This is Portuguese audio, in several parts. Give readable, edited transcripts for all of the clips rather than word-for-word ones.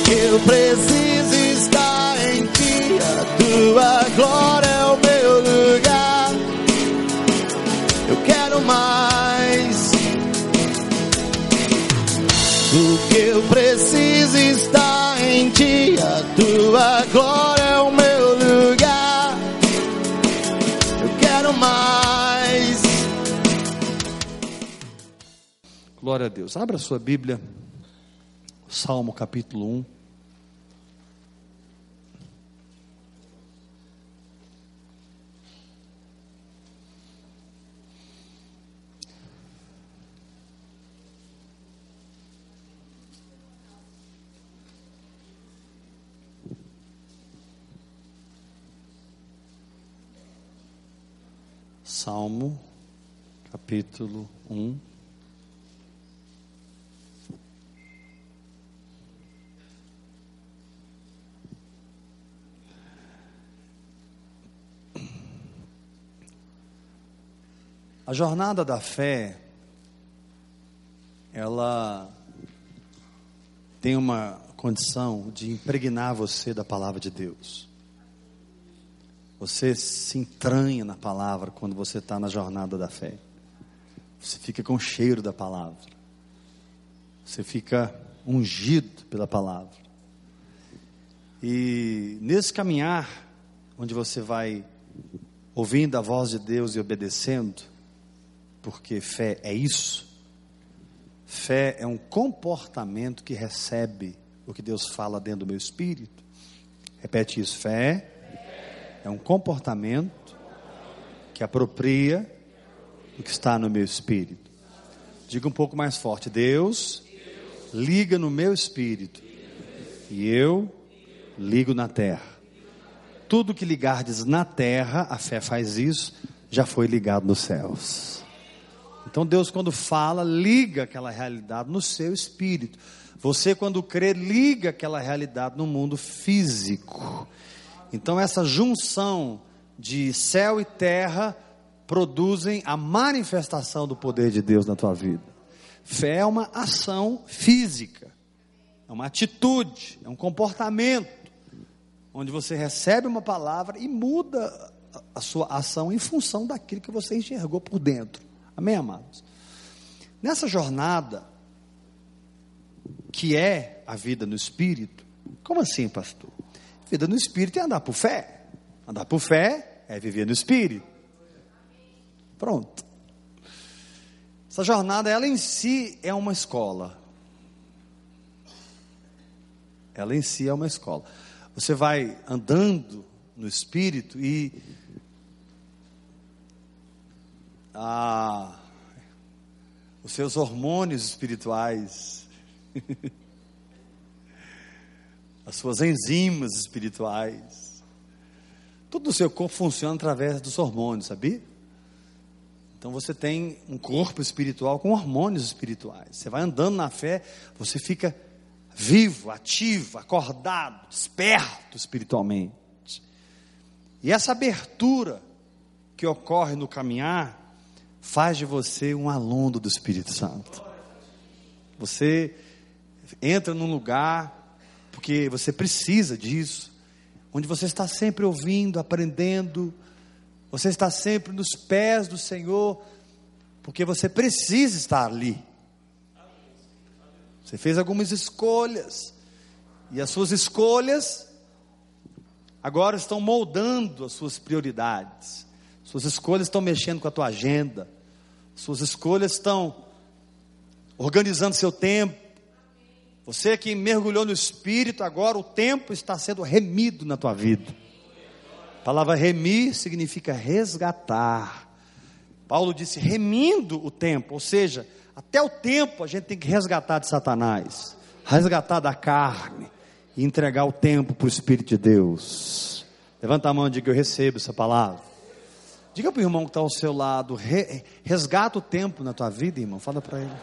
que eu preciso está em ti. A tua glória é o meu lugar. Eu quero mais. O que eu preciso está em ti. A tua glória é o meu lugar. Eu quero mais. Glória a Deus. Abra a sua Bíblia, Salmo capítulo 1. Salmo capítulo 1. A jornada da fé, ela tem uma condição de impregnar você da palavra de Deus. Você se entranha na palavra quando você está na jornada da fé. Você fica com o cheiro da palavra. Você fica ungido pela palavra. E nesse caminhar, onde você vai ouvindo a voz de Deus e obedecendo, porque fé é isso. Fé é um comportamento que recebe o que Deus fala dentro do meu espírito. Repete isso. Fé é um comportamento que apropria o que está no meu espírito. Diga um pouco mais forte. Deus liga no meu espírito e eu ligo na terra. Tudo que ligardes na terra, a fé faz isso, já foi ligado nos céus. Então Deus, quando fala, liga aquela realidade no seu espírito. Você, quando crê, liga aquela realidade no mundo físico. Então essa junção de céu e terra produzem a manifestação do poder de Deus na tua vida. Fé é uma ação física, é uma atitude, é um comportamento, onde você recebe uma palavra e muda a sua ação em função daquilo que você enxergou por dentro. Amém, amados? Nessa jornada, que é a vida no Espírito, como assim, pastor? Vida no Espírito é andar por fé. Andar por fé é viver no Espírito. Pronto. Essa jornada, ela em si é uma escola. Ela em si é uma escola. Você vai andando no Espírito e os seus hormônios espirituais, as suas enzimas espirituais, tudo o seu corpo funciona através dos hormônios, sabia? Então você tem um corpo espiritual com hormônios espirituais. Você vai andando na fé, você fica vivo, ativo, acordado, desperto espiritualmente. E essa abertura que ocorre no caminhar faz de você um aluno do Espírito Santo. Você entra num lugar, porque você precisa disso, onde você está sempre ouvindo, aprendendo, você está sempre nos pés do Senhor, porque você precisa estar ali. Você fez algumas escolhas, e as suas escolhas agora estão moldando as suas prioridades. Suas escolhas estão mexendo com a tua agenda. Suas escolhas estão organizando seu tempo. Você que mergulhou no Espírito, agora o tempo está sendo remido na tua vida. A palavra remir significa resgatar. Paulo disse remindo o tempo, ou seja, até o tempo a gente tem que resgatar de Satanás, resgatar da carne e entregar o tempo para o Espírito de Deus. Levanta a mão e diga: eu recebo essa palavra. Diga para o irmão que está ao seu lado: resgata o tempo na tua vida, irmão. Fala para ele.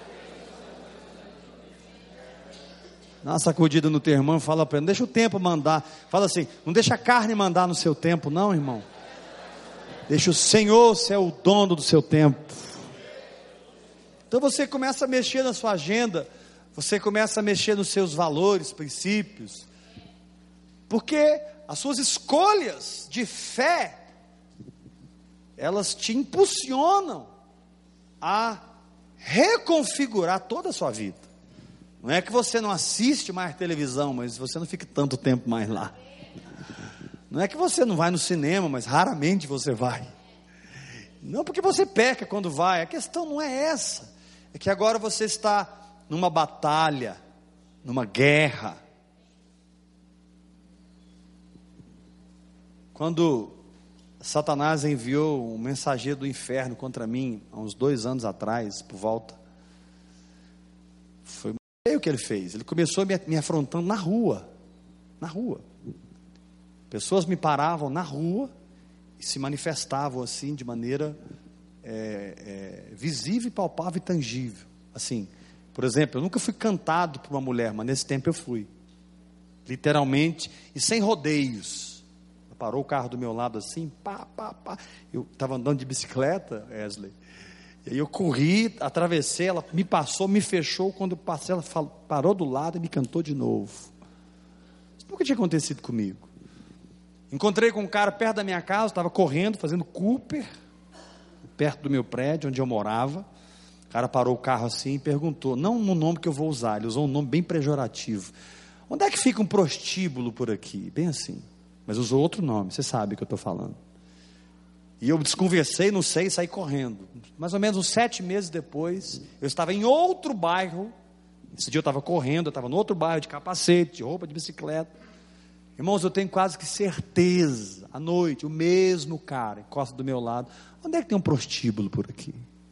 Dá uma sacudida no teu irmão e fala para ele: não deixa o tempo mandar. Fala assim: não deixa a carne mandar no seu tempo, não, irmão. Deixa o Senhor ser o dono do seu tempo. Então você começa a mexer na sua agenda. Você começa a mexer nos seus valores, princípios, porque as suas escolhas de fé, elas te impulsionam a reconfigurar toda a sua vida. Não é que você não assiste mais televisão, mas você não fica tanto tempo mais lá. Não é que você não vai no cinema, mas raramente você vai. Não porque você peca quando vai, a questão não é essa. É que agora você está numa batalha, numa guerra. Quando Satanás enviou um mensageiro do inferno contra mim, há uns 2 anos atrás, por volta, foi o que ele fez. Ele começou me afrontando na rua. Pessoas me paravam na rua e se manifestavam assim de maneira visível, palpável e tangível. Assim, por exemplo, eu nunca fui cantado por uma mulher, mas nesse tempo eu fui, literalmente, e sem rodeios. Parou o carro do meu lado assim, pá. Eu estava andando de bicicleta, Wesley, e aí eu corri, atravessei, ela me passou, me fechou. Quando eu passei, ela parou do lado e me cantou de novo. Isso nunca tinha acontecido comigo. Encontrei com um cara perto da minha casa, estava correndo, fazendo Cooper, perto do meu prédio, onde eu morava. O cara parou o carro assim e perguntou, não no nome que eu vou usar, ele usou um nome bem pejorativo: onde é que fica um prostíbulo por aqui? Bem assim, mas usou outro nome, você sabe o que eu estou falando. E eu desconversei, não sei, e saí correndo. Mais ou menos uns 7 meses depois, eu estava em outro bairro. Esse dia eu estava correndo, eu estava no outro bairro, de capacete, de roupa de bicicleta. Irmãos, eu tenho quase que certeza, à noite, o mesmo cara encosta do meu lado: onde é que tem um prostíbulo por aqui?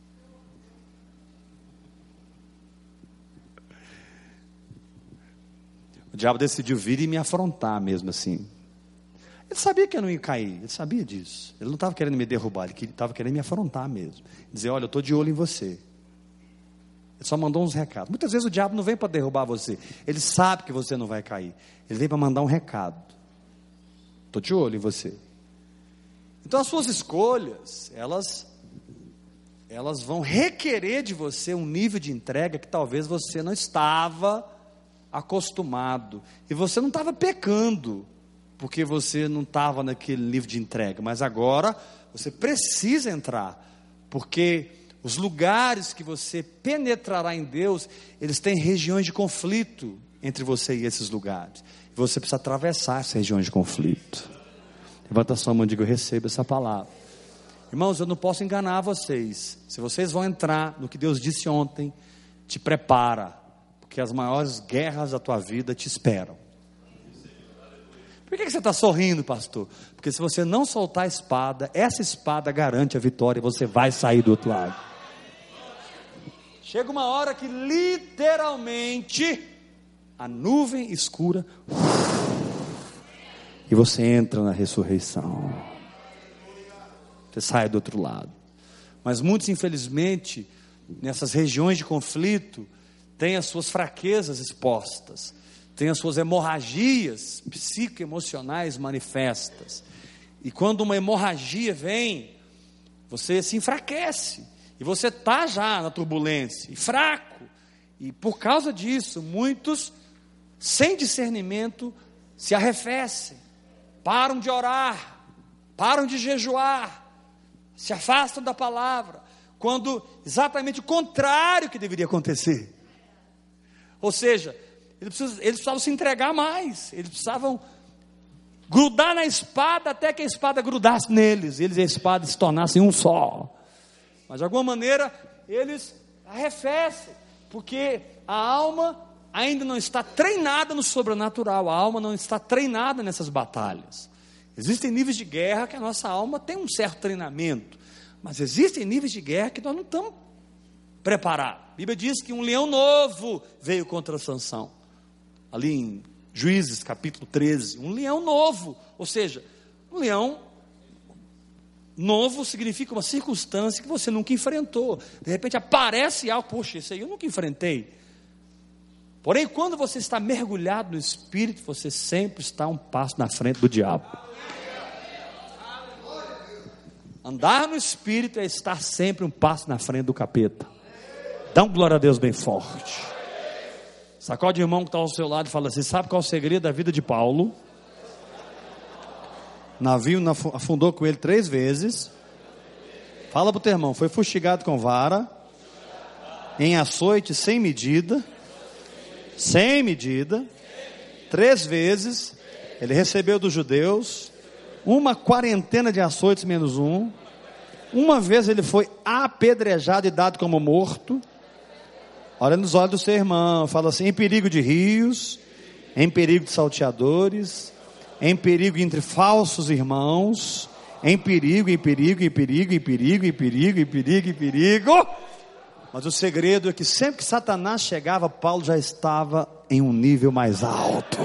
O diabo decidiu vir e me afrontar mesmo assim. Ele sabia que eu não ia cair, ele sabia disso. Ele não estava querendo me derrubar, ele estava querendo me afrontar mesmo. Dizer, olha, eu estou de olho em você. Ele só mandou uns recados. Muitas vezes o diabo não vem para derrubar você, ele sabe que você não vai cair. Ele vem para mandar um recado: estou de olho em você. Então as suas escolhas, elas vão requerer de você um nível de entrega que talvez você não estava acostumado. E você não estava pecando porque você não estava naquele nível de entrega, mas agora você precisa entrar, porque os lugares que você penetrará em Deus, eles têm regiões de conflito entre você e esses lugares, e você precisa atravessar essas regiões de conflito. Levanta a sua mão e diga, eu recebo essa palavra. Irmãos, eu não posso enganar vocês. Se vocês vão entrar no que Deus disse ontem, te prepara, porque as maiores guerras da tua vida te esperam. Por que você está sorrindo, pastor? Porque se você não soltar a espada, essa espada garante a vitória e você vai sair do outro lado. Chega uma hora que literalmente a nuvem escura e você entra na ressurreição. Você sai do outro lado. Mas muitos, infelizmente, nessas regiões de conflito, têm as suas fraquezas expostas, têm as suas hemorragias psicoemocionais manifestas. E quando uma hemorragia vem, você se enfraquece, e você está já na turbulência, e fraco. E por causa disso, muitos, sem discernimento, se arrefecem, param de orar, param de jejuar, se afastam da palavra, quando exatamente o contrário que deveria acontecer. Ou seja, eles precisavam se entregar mais, eles precisavam grudar na espada até que a espada grudasse neles, eles e a espada se tornassem um só. Mas de alguma maneira eles arrefecem, porque a alma ainda não está treinada no sobrenatural, a alma não está treinada nessas batalhas. Existem níveis de guerra que a nossa alma tem um certo treinamento, mas existem níveis de guerra que nós não estamos preparados. A Bíblia diz que um leão novo veio contra Sansão, ali em Juízes capítulo 13, um leão novo, ou seja, um leão novo significa uma circunstância que você nunca enfrentou, de repente aparece algo, poxa, isso aí eu nunca enfrentei. Porém, quando você está mergulhado no Espírito, você sempre está um passo na frente do diabo. Andar no Espírito é estar sempre um passo na frente do capeta. Dá um glória a Deus bem forte. Sacode o irmão que está ao seu lado e fala assim: sabe qual é o segredo da vida de Paulo? O navio afundou com ele 3 vezes. Fala para o teu irmão: foi fustigado com vara, em açoite sem medida, 3 vezes. Ele recebeu dos judeus uma quarentena de açoites menos um. Uma vez ele foi apedrejado e dado como morto. Olha nos olhos do seu irmão, fala assim: em perigo de rios, em perigo de salteadores, em perigo entre falsos irmãos, em perigo. Mas o segredo é que sempre que Satanás chegava, Paulo já estava em um nível mais alto.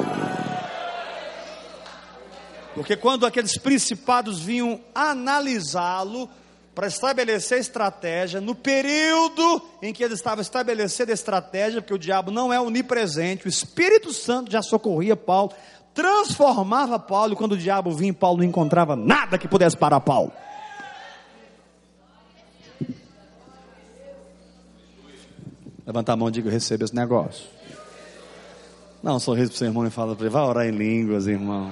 Porque quando aqueles principados vinham analisá-lo para estabelecer estratégia, no período em que ele estava estabelecendo a estratégia, porque o diabo não é onipresente, o Espírito Santo já socorria Paulo, transformava Paulo, e quando o diabo vinha, Paulo não encontrava nada que pudesse parar Paulo. Levanta a mão e diga: eu recebo esse negócio. Dá um sorriso para o seu irmão e fala para ele: vai orar em línguas, irmão.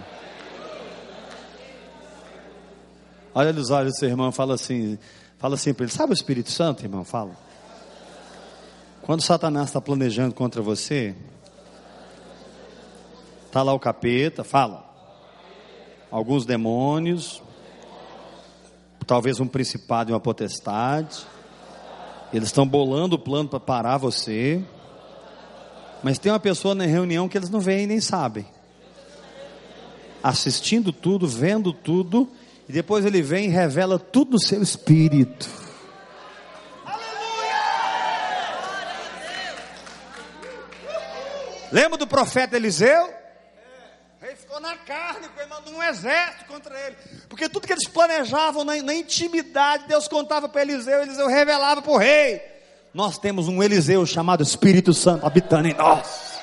Olha nos olhos do seu irmão e fala assim para ele: sabe o Espírito Santo, irmão? Fala. Quando Satanás está planejando contra você, está lá o capeta, fala. Alguns demônios, talvez um principado e uma potestade. Eles estão bolando o plano para parar você. Mas tem uma pessoa na reunião que eles não veem nem sabem, assistindo tudo, vendo tudo. E depois ele vem e revela tudo no seu espírito. Aleluia! Lembra do profeta Eliseu? Ele ficou na carne, porque ele mandou um exército contra ele. Porque tudo que eles planejavam na intimidade, Deus contava para Eliseu, Eliseu revelava para o rei. Nós temos um Eliseu chamado Espírito Santo habitando em nós.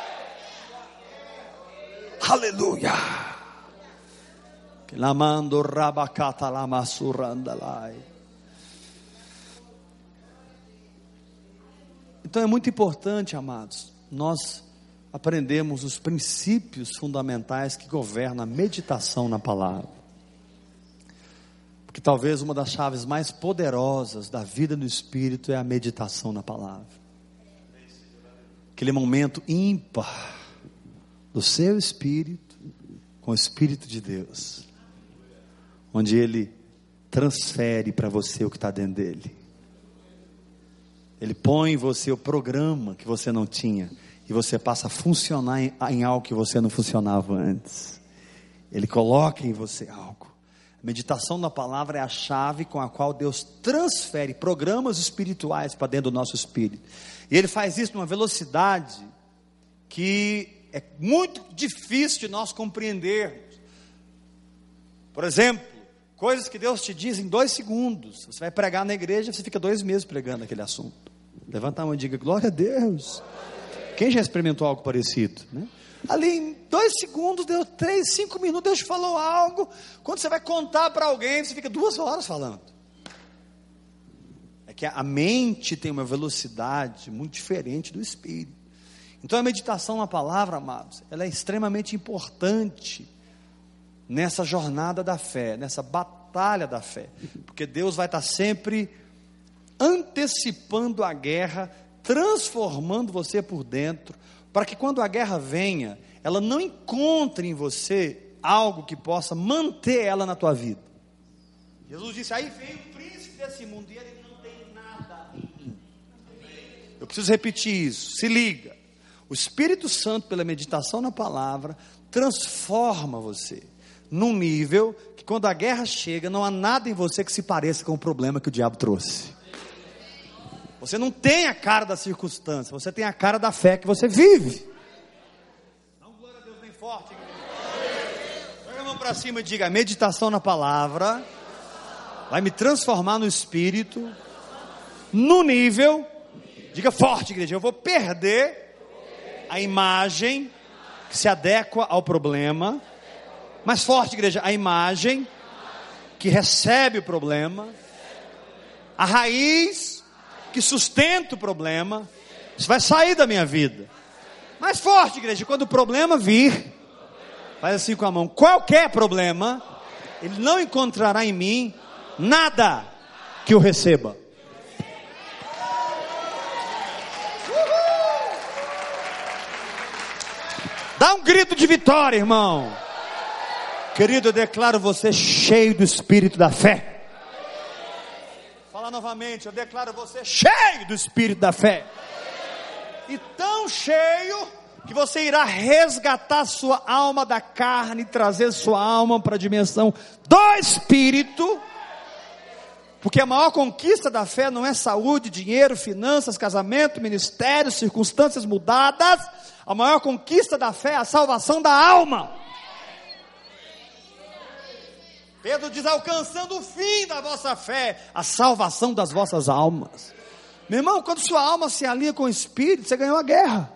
Aleluia! Então é muito importante, amados, nós aprendemos os princípios fundamentais que governam a meditação na palavra. Porque talvez uma das chaves mais poderosas da vida no Espírito é a meditação na palavra. Aquele momento ímpar do seu Espírito com o Espírito de Deus, onde Ele transfere para você o que está dentro dele. Ele põe em você o programa que você não tinha, e você passa a funcionar em algo que você não funcionava antes. Ele coloca em você algo. A meditação na palavra é a chave com a qual Deus transfere programas espirituais para dentro do nosso espírito. E Ele faz isso numa velocidade que é muito difícil de nós compreendermos. Por exemplo, coisas que Deus te diz em 2 segundos. Você vai pregar na igreja, você fica 2 meses pregando aquele assunto. Levanta a mão e diga: glória a Deus. Quem já experimentou algo parecido, né? Ali em 2 segundos, deu 3, 5 minutos, Deus te falou algo. Quando você vai contar para alguém, você fica 2 horas falando. É que a mente tem uma velocidade muito diferente do espírito. Então a meditação na palavra, amados, ela é extremamente importante nessa jornada da fé, nessa batalha da fé, porque Deus vai estar sempre antecipando a guerra, transformando você por dentro, para que quando a guerra venha, ela não encontre em você algo que possa manter ela na tua vida. Jesus disse: aí vem o príncipe desse mundo e ele não tem nada em mim. Eu preciso repetir isso, se liga. O Espírito Santo, pela meditação na palavra, transforma você num nível que quando a guerra chega, não há nada em você que se pareça com o problema que o diabo trouxe. Você não tem a cara da circunstância, você tem a cara da fé que você vive. Não, glória a Deus, bem forte. Pega a mão para cima e diga: a meditação na palavra vai me transformar no espírito, no nível, diga forte, igreja, eu vou perder a imagem que se adequa ao problema. Mais forte, igreja, a imagem que recebe o problema, a raiz que sustenta o problema. Isso vai sair da minha vida. Mais forte, igreja. Quando o problema vir, faz assim com a mão. Qualquer problema, ele não encontrará em mim nada que o receba. Dá um grito de vitória, irmão. Querido, eu declaro você cheio do espírito da fé. Fala novamente, eu declaro você cheio do espírito da fé. E tão cheio que você irá resgatar sua alma da carne e trazer sua alma para a dimensão do espírito. Porque a maior conquista da fé não é saúde, dinheiro, finanças, casamento, ministério, circunstâncias mudadas. A maior conquista da fé é a salvação da alma. Pedro diz, alcançando o fim da vossa fé, a salvação das vossas almas. Meu irmão, quando sua alma se alinha com o Espírito, você ganhou a guerra.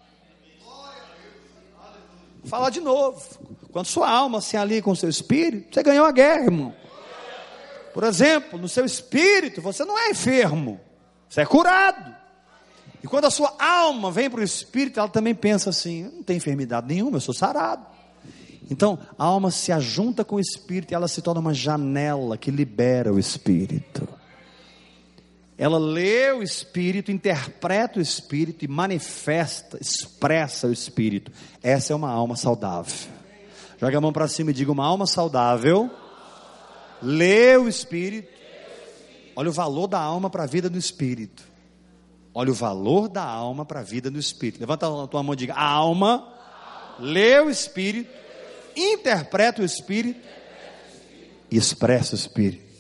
Vou falar de novo. Quando sua alma se alinha com o seu Espírito, você ganhou a guerra, irmão. Por exemplo, no seu Espírito, você não é enfermo, você é curado. E quando a sua alma vem para o Espírito, ela também pensa assim, não tem enfermidade nenhuma, eu sou sarado. Então, a alma se ajunta com o Espírito e ela se torna uma janela que libera o Espírito. Ela lê o Espírito, interpreta o Espírito e manifesta, expressa o Espírito. Essa é uma alma saudável. Joga a mão para cima e diga, uma alma saudável, lê o Espírito. Olha o valor da alma para a vida do Espírito. Olha o valor da alma para a vida do Espírito. Levanta a tua mão e diga, a alma, lê o Espírito, interpreta o Espírito e expressa o Espírito.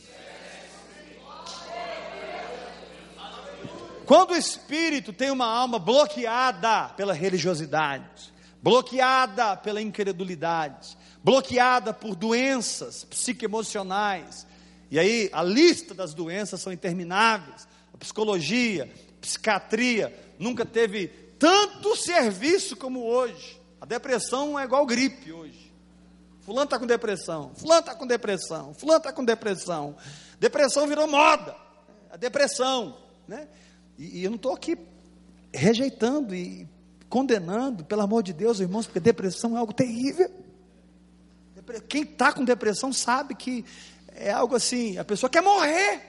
Quando o espírito tem uma alma bloqueada pela religiosidade, bloqueada pela incredulidade, bloqueada por doenças psicoemocionais, e aí a lista das doenças são intermináveis, a psicologia, psiquiatria, nunca teve tanto serviço como hoje. A depressão é igual gripe hoje. Fulano está com depressão, fulano está com depressão, fulano está com depressão. Depressão virou moda, a depressão, né? E eu não estou aqui rejeitando e condenando, pelo amor de Deus, irmãos, porque depressão é algo terrível. Quem está com depressão sabe que é algo assim, a pessoa quer morrer.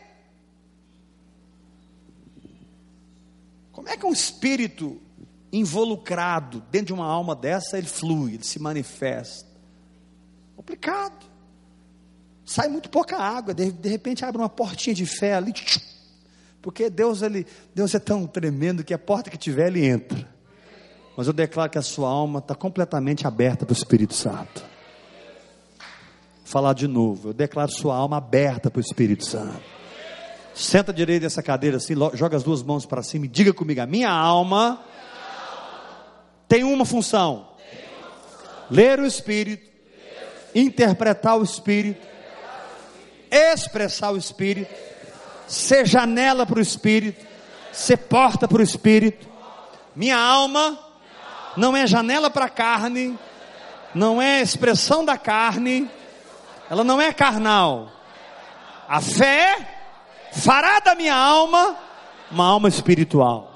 Como é que um espírito involucrado dentro de uma alma dessa, ele flui, ele se manifesta? Complicado. Sai muito pouca água, de repente abre uma portinha de fé ali, porque Deus é tão tremendo que a porta que tiver, ele entra. Mas eu declaro que a sua alma está completamente aberta para o Espírito Santo. Vou falar de novo, eu declaro sua alma aberta para o Espírito Santo. Senta direito dessa cadeira assim, joga as duas mãos para cima e diga comigo, a minha alma tem uma função: ler o Espírito, interpretar o Espírito, expressar o Espírito, ser janela para o Espírito, ser porta para o Espírito. Minha alma não é janela para a carne, não é expressão da carne, ela não é carnal. A fé fará da minha alma uma alma espiritual,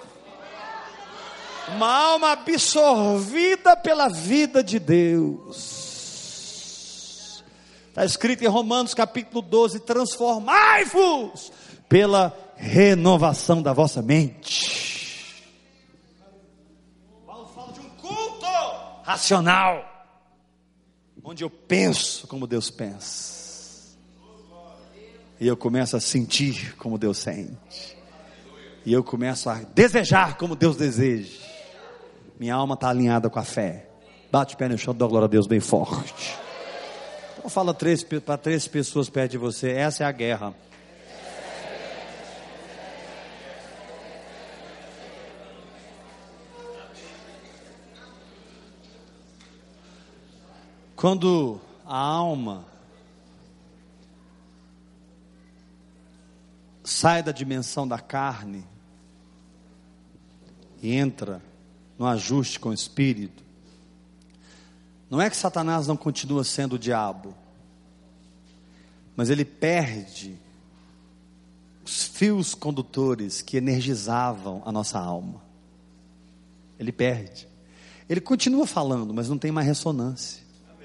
uma alma absorvida pela vida de Deus. Está escrito em Romanos capítulo 12, transformai-vos pela renovação da vossa mente. Paulo fala de um culto racional, onde eu penso como Deus pensa, e eu começo a sentir como Deus sente, e eu começo a desejar como Deus deseja. Minha alma está alinhada com a fé. Bate o pé no chão, dá glória a Deus bem forte. Então fala para 3 pessoas perto de você, essa é a guerra. Quando a alma sai da dimensão da carne e entra no ajuste com o Espírito, não é que Satanás não continua sendo o diabo, mas ele perde os fios condutores que energizavam a nossa alma. Ele perde. Ele continua falando, mas não tem mais ressonância.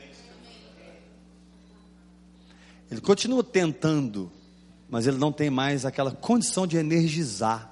Ele continua tentando, mas ele não tem mais aquela condição de energizar.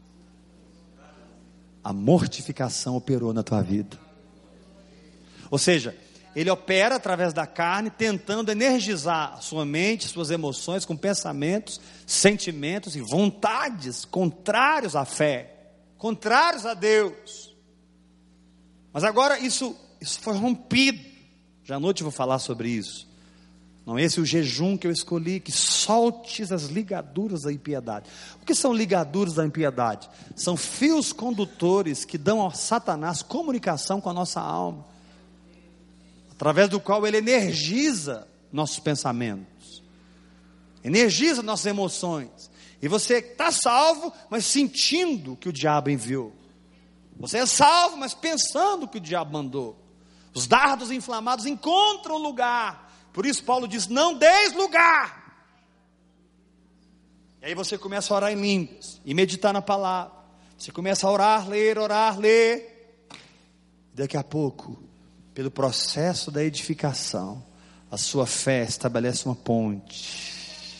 A mortificação operou na tua vida. Ou seja, ele opera através da carne, tentando energizar a sua mente, suas emoções, com pensamentos, sentimentos e vontades contrários à fé, contrários a Deus. Mas agora isso foi rompido. Já à noite eu vou falar sobre isso. Não, esse é o jejum que eu escolhi, que soltes as ligaduras da impiedade. O que são ligaduras da impiedade? São fios condutores que dão a Satanás comunicação com a nossa alma, através do qual ele energiza nossos pensamentos, energiza nossas emoções, e você está salvo, mas sentindo que o diabo enviou. Você é salvo, mas pensando que o diabo mandou. Os dardos inflamados encontram lugar. Por isso Paulo diz, não deis lugar. E aí você começa a orar em línguas, e meditar na palavra. Você começa a orar, ler. Daqui a pouco, pelo processo da edificação, a sua fé estabelece uma ponte.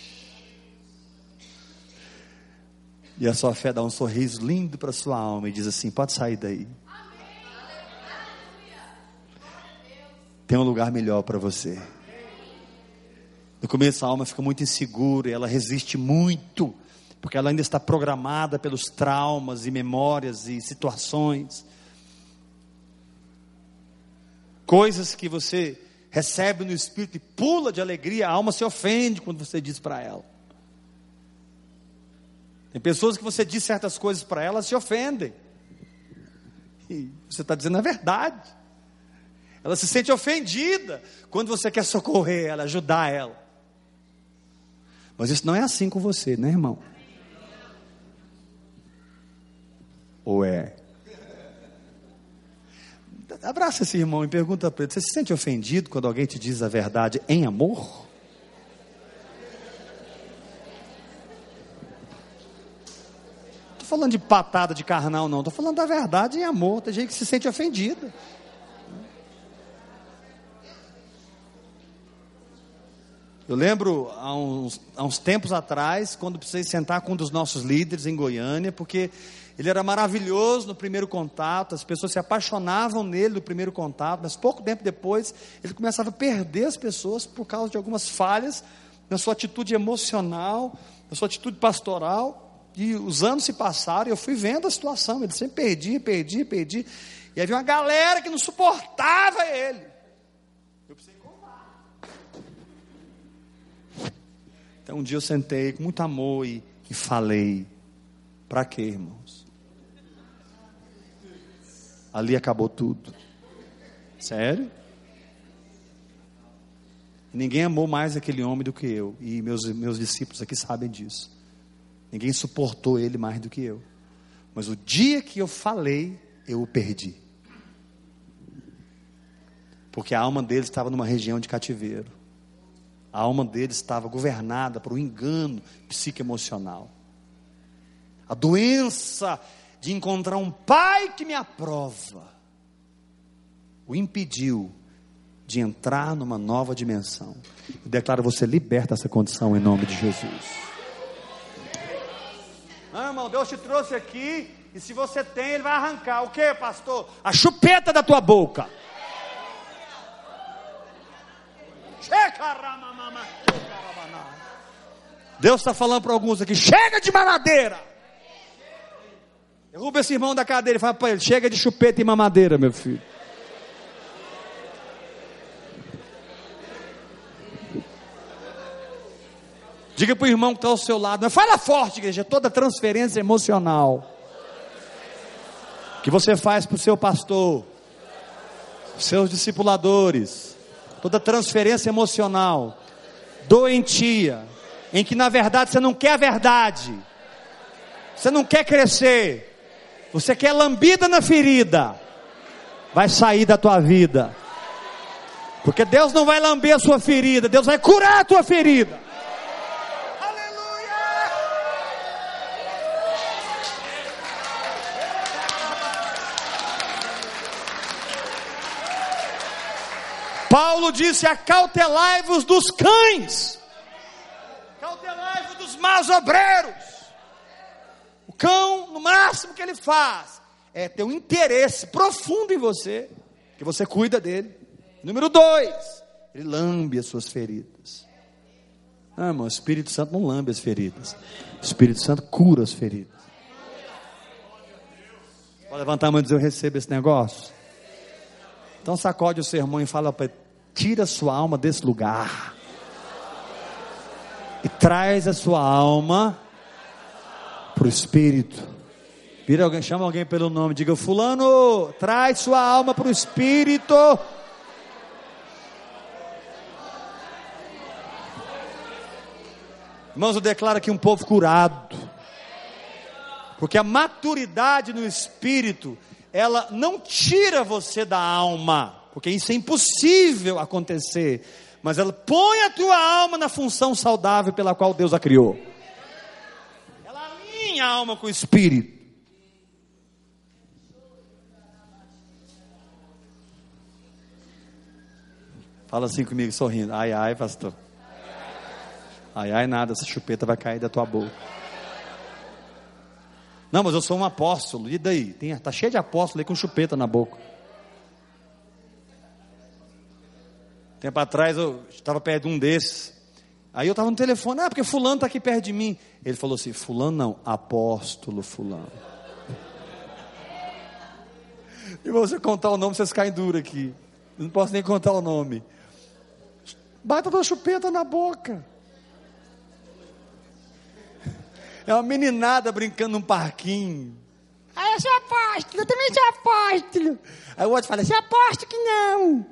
E a sua fé dá um sorriso lindo para a sua alma e diz assim, pode sair daí. Tem um lugar melhor para você. No começo a alma fica muito insegura, e ela resiste muito, porque ela ainda está programada pelos traumas e memórias e situações. Coisas que você recebe no espírito e pula de alegria, a alma se ofende quando você diz para ela. Tem pessoas que você diz certas coisas para elas, se ofendem. E você está dizendo a verdade. Ela se sente ofendida quando você quer socorrer ela, ajudar ela. Mas isso não é assim com você, né, irmão? Ou é? Abraça esse irmão e pergunta para ele, você se sente ofendido quando alguém te diz a verdade em amor? Não estou falando de patada de carnal não, estou falando da verdade em amor. Tem gente que se sente ofendida. Eu lembro, há uns tempos atrás, quando precisei sentar com um dos nossos líderes em Goiânia, porque ele era maravilhoso no primeiro contato, as pessoas se apaixonavam nele no primeiro contato, mas pouco tempo depois, ele começava a perder as pessoas por causa de algumas falhas na sua atitude emocional, na sua atitude pastoral, e os anos se passaram, e eu fui vendo a situação, ele sempre perdia, e havia uma galera que não suportava ele. Eu precisei contar. Então um dia eu sentei com muito amor e falei, para quê, irmãos? Ali acabou tudo. Sério? Ninguém amou mais aquele homem do que eu, e meus discípulos aqui sabem disso. Ninguém suportou ele mais do que eu. Mas o dia que eu falei, eu o perdi. Porque a alma dele estava numa região de cativeiro. A alma dele estava governada por um engano psicoemocional. A doença de encontrar um pai que me aprova o impediu de entrar numa nova dimensão. Eu declaro você liberta essa condição em nome de Jesus. Não, irmão, Deus te trouxe aqui, e se você tem, Ele vai arrancar. O que, pastor? A chupeta da tua boca. Deus está falando para alguns aqui, chega de mamadeira. Derruba esse irmão da cadeira e fala para ele, chega de chupeta e mamadeira, meu filho. Diga para o irmão que está ao seu lado, mas fala forte, igreja, toda transferência emocional que você faz para o seu pastor, seus discipuladores, toda transferência emocional doentia, em que na verdade você não quer a verdade, você não quer crescer, você quer lambida na ferida, vai sair da tua vida, porque Deus não vai lamber a sua ferida, Deus vai curar a tua ferida. Aleluia! Paulo disse: acautelai-vos dos cães, cautelai-vos dos maus obreiros. O cão, no máximo que ele faz, é ter um interesse profundo em você, que você cuida dele. Número 2, ele lambe as suas feridas. Não, irmão, o Espírito Santo não lambe as feridas, o Espírito Santo cura as feridas. Pode levantar a mão e dizer: eu recebo esse negócio. Então sacode o sermão e fala para ele: tira a sua alma desse lugar e traz a sua alma para o Espírito. Vira alguém, chama alguém pelo nome, diga: fulano, traz sua alma para o Espírito. Irmãos, eu declaro aqui um povo curado, porque a maturidade no Espírito, ela não tira você da alma, porque isso é impossível acontecer, mas ela põe a tua alma na função saudável pela qual Deus a criou. Ela alinha a alma com o Espírito. Fala assim comigo, sorrindo: ai, ai, pastor. Ai, ai, nada, essa chupeta vai cair da tua boca. Não, mas eu sou um apóstolo, e daí? Tá cheio de apóstolo aí com chupeta na boca. Tempo atrás eu estava perto de um desses. Aí eu estava no telefone: porque fulano está aqui perto de mim. Ele falou assim: fulano não, apóstolo fulano. E você contar o nome, vocês caem duro aqui. Eu não posso nem contar o nome. Bata tua chupeta na boca. É uma meninada brincando num parquinho. Eu sou apóstolo, eu também sou apóstolo. Aí o outro fala: você é apóstolo que não.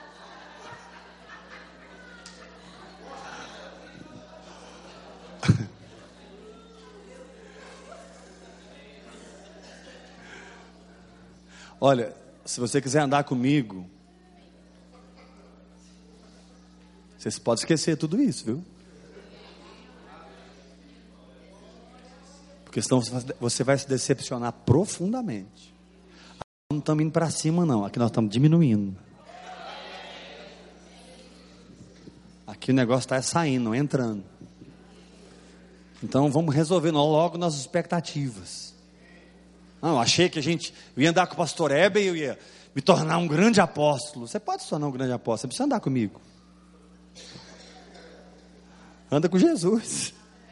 Olha, se você quiser andar comigo, você pode esquecer tudo isso, viu? Porque senão você vai se decepcionar profundamente. Aqui não estamos indo para cima não, aqui nós estamos diminuindo. Aqui o negócio está saindo, não entrando. Então vamos resolver logo nossas expectativas. Não, eu achei que eu ia andar com o pastor Heber e eu ia me tornar um grande apóstolo. Você pode se tornar um grande apóstolo, você precisa andar comigo. Anda com Jesus.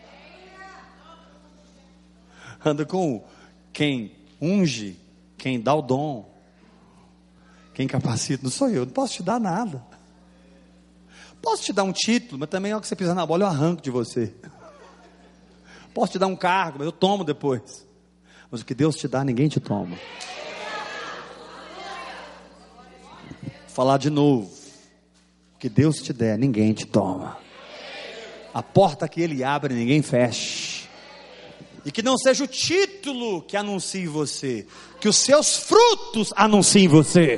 Anda com quem unge, quem dá o dom, quem capacita. Não sou eu, não posso te dar nada. Posso te dar um título, mas também, na hora que você pisar na bola, eu arranco de você. Posso te dar um cargo, mas eu tomo depois. Mas o que Deus te dá, ninguém te toma. Vou falar de novo: o que Deus te der, ninguém te toma. A porta que Ele abre, ninguém fecha. E que não seja o título que anuncie você, que os seus frutos anunciem você.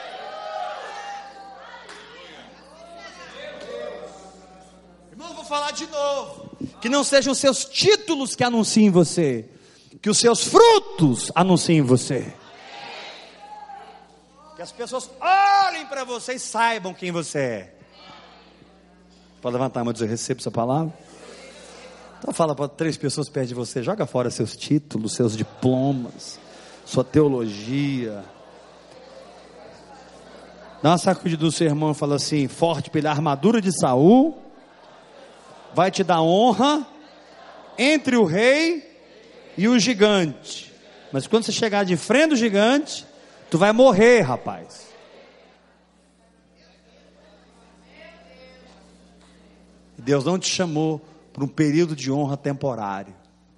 Irmão, vou falar de novo: que não sejam os seus títulos que anunciem você, que os seus frutos anunciem você. Que as pessoas olhem para você e saibam quem você é. Pode levantar a mão e dizer: recebo essa palavra. Então fala para 3 pessoas perto de você: joga fora seus títulos, seus diplomas, sua teologia. Dá uma sacudida do seu irmão e fala assim: forte pela armadura de Saul, vai te dar honra entre o rei e o gigante. Mas quando você chegar de frente do gigante, tu vai morrer, rapaz. Deus não te chamou para um período de honra temporário.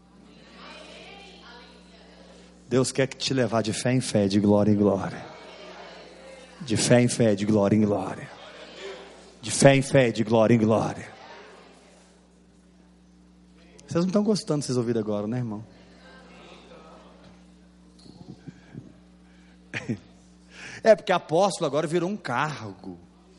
Deus quer te levar de fé em fé, de glória em glória. De fé em fé, de glória em glória. De fé em fé, de glória em glória. Vocês não estão gostando de vocês ouvirem agora, né, irmão? É porque apóstolo agora virou um cargo.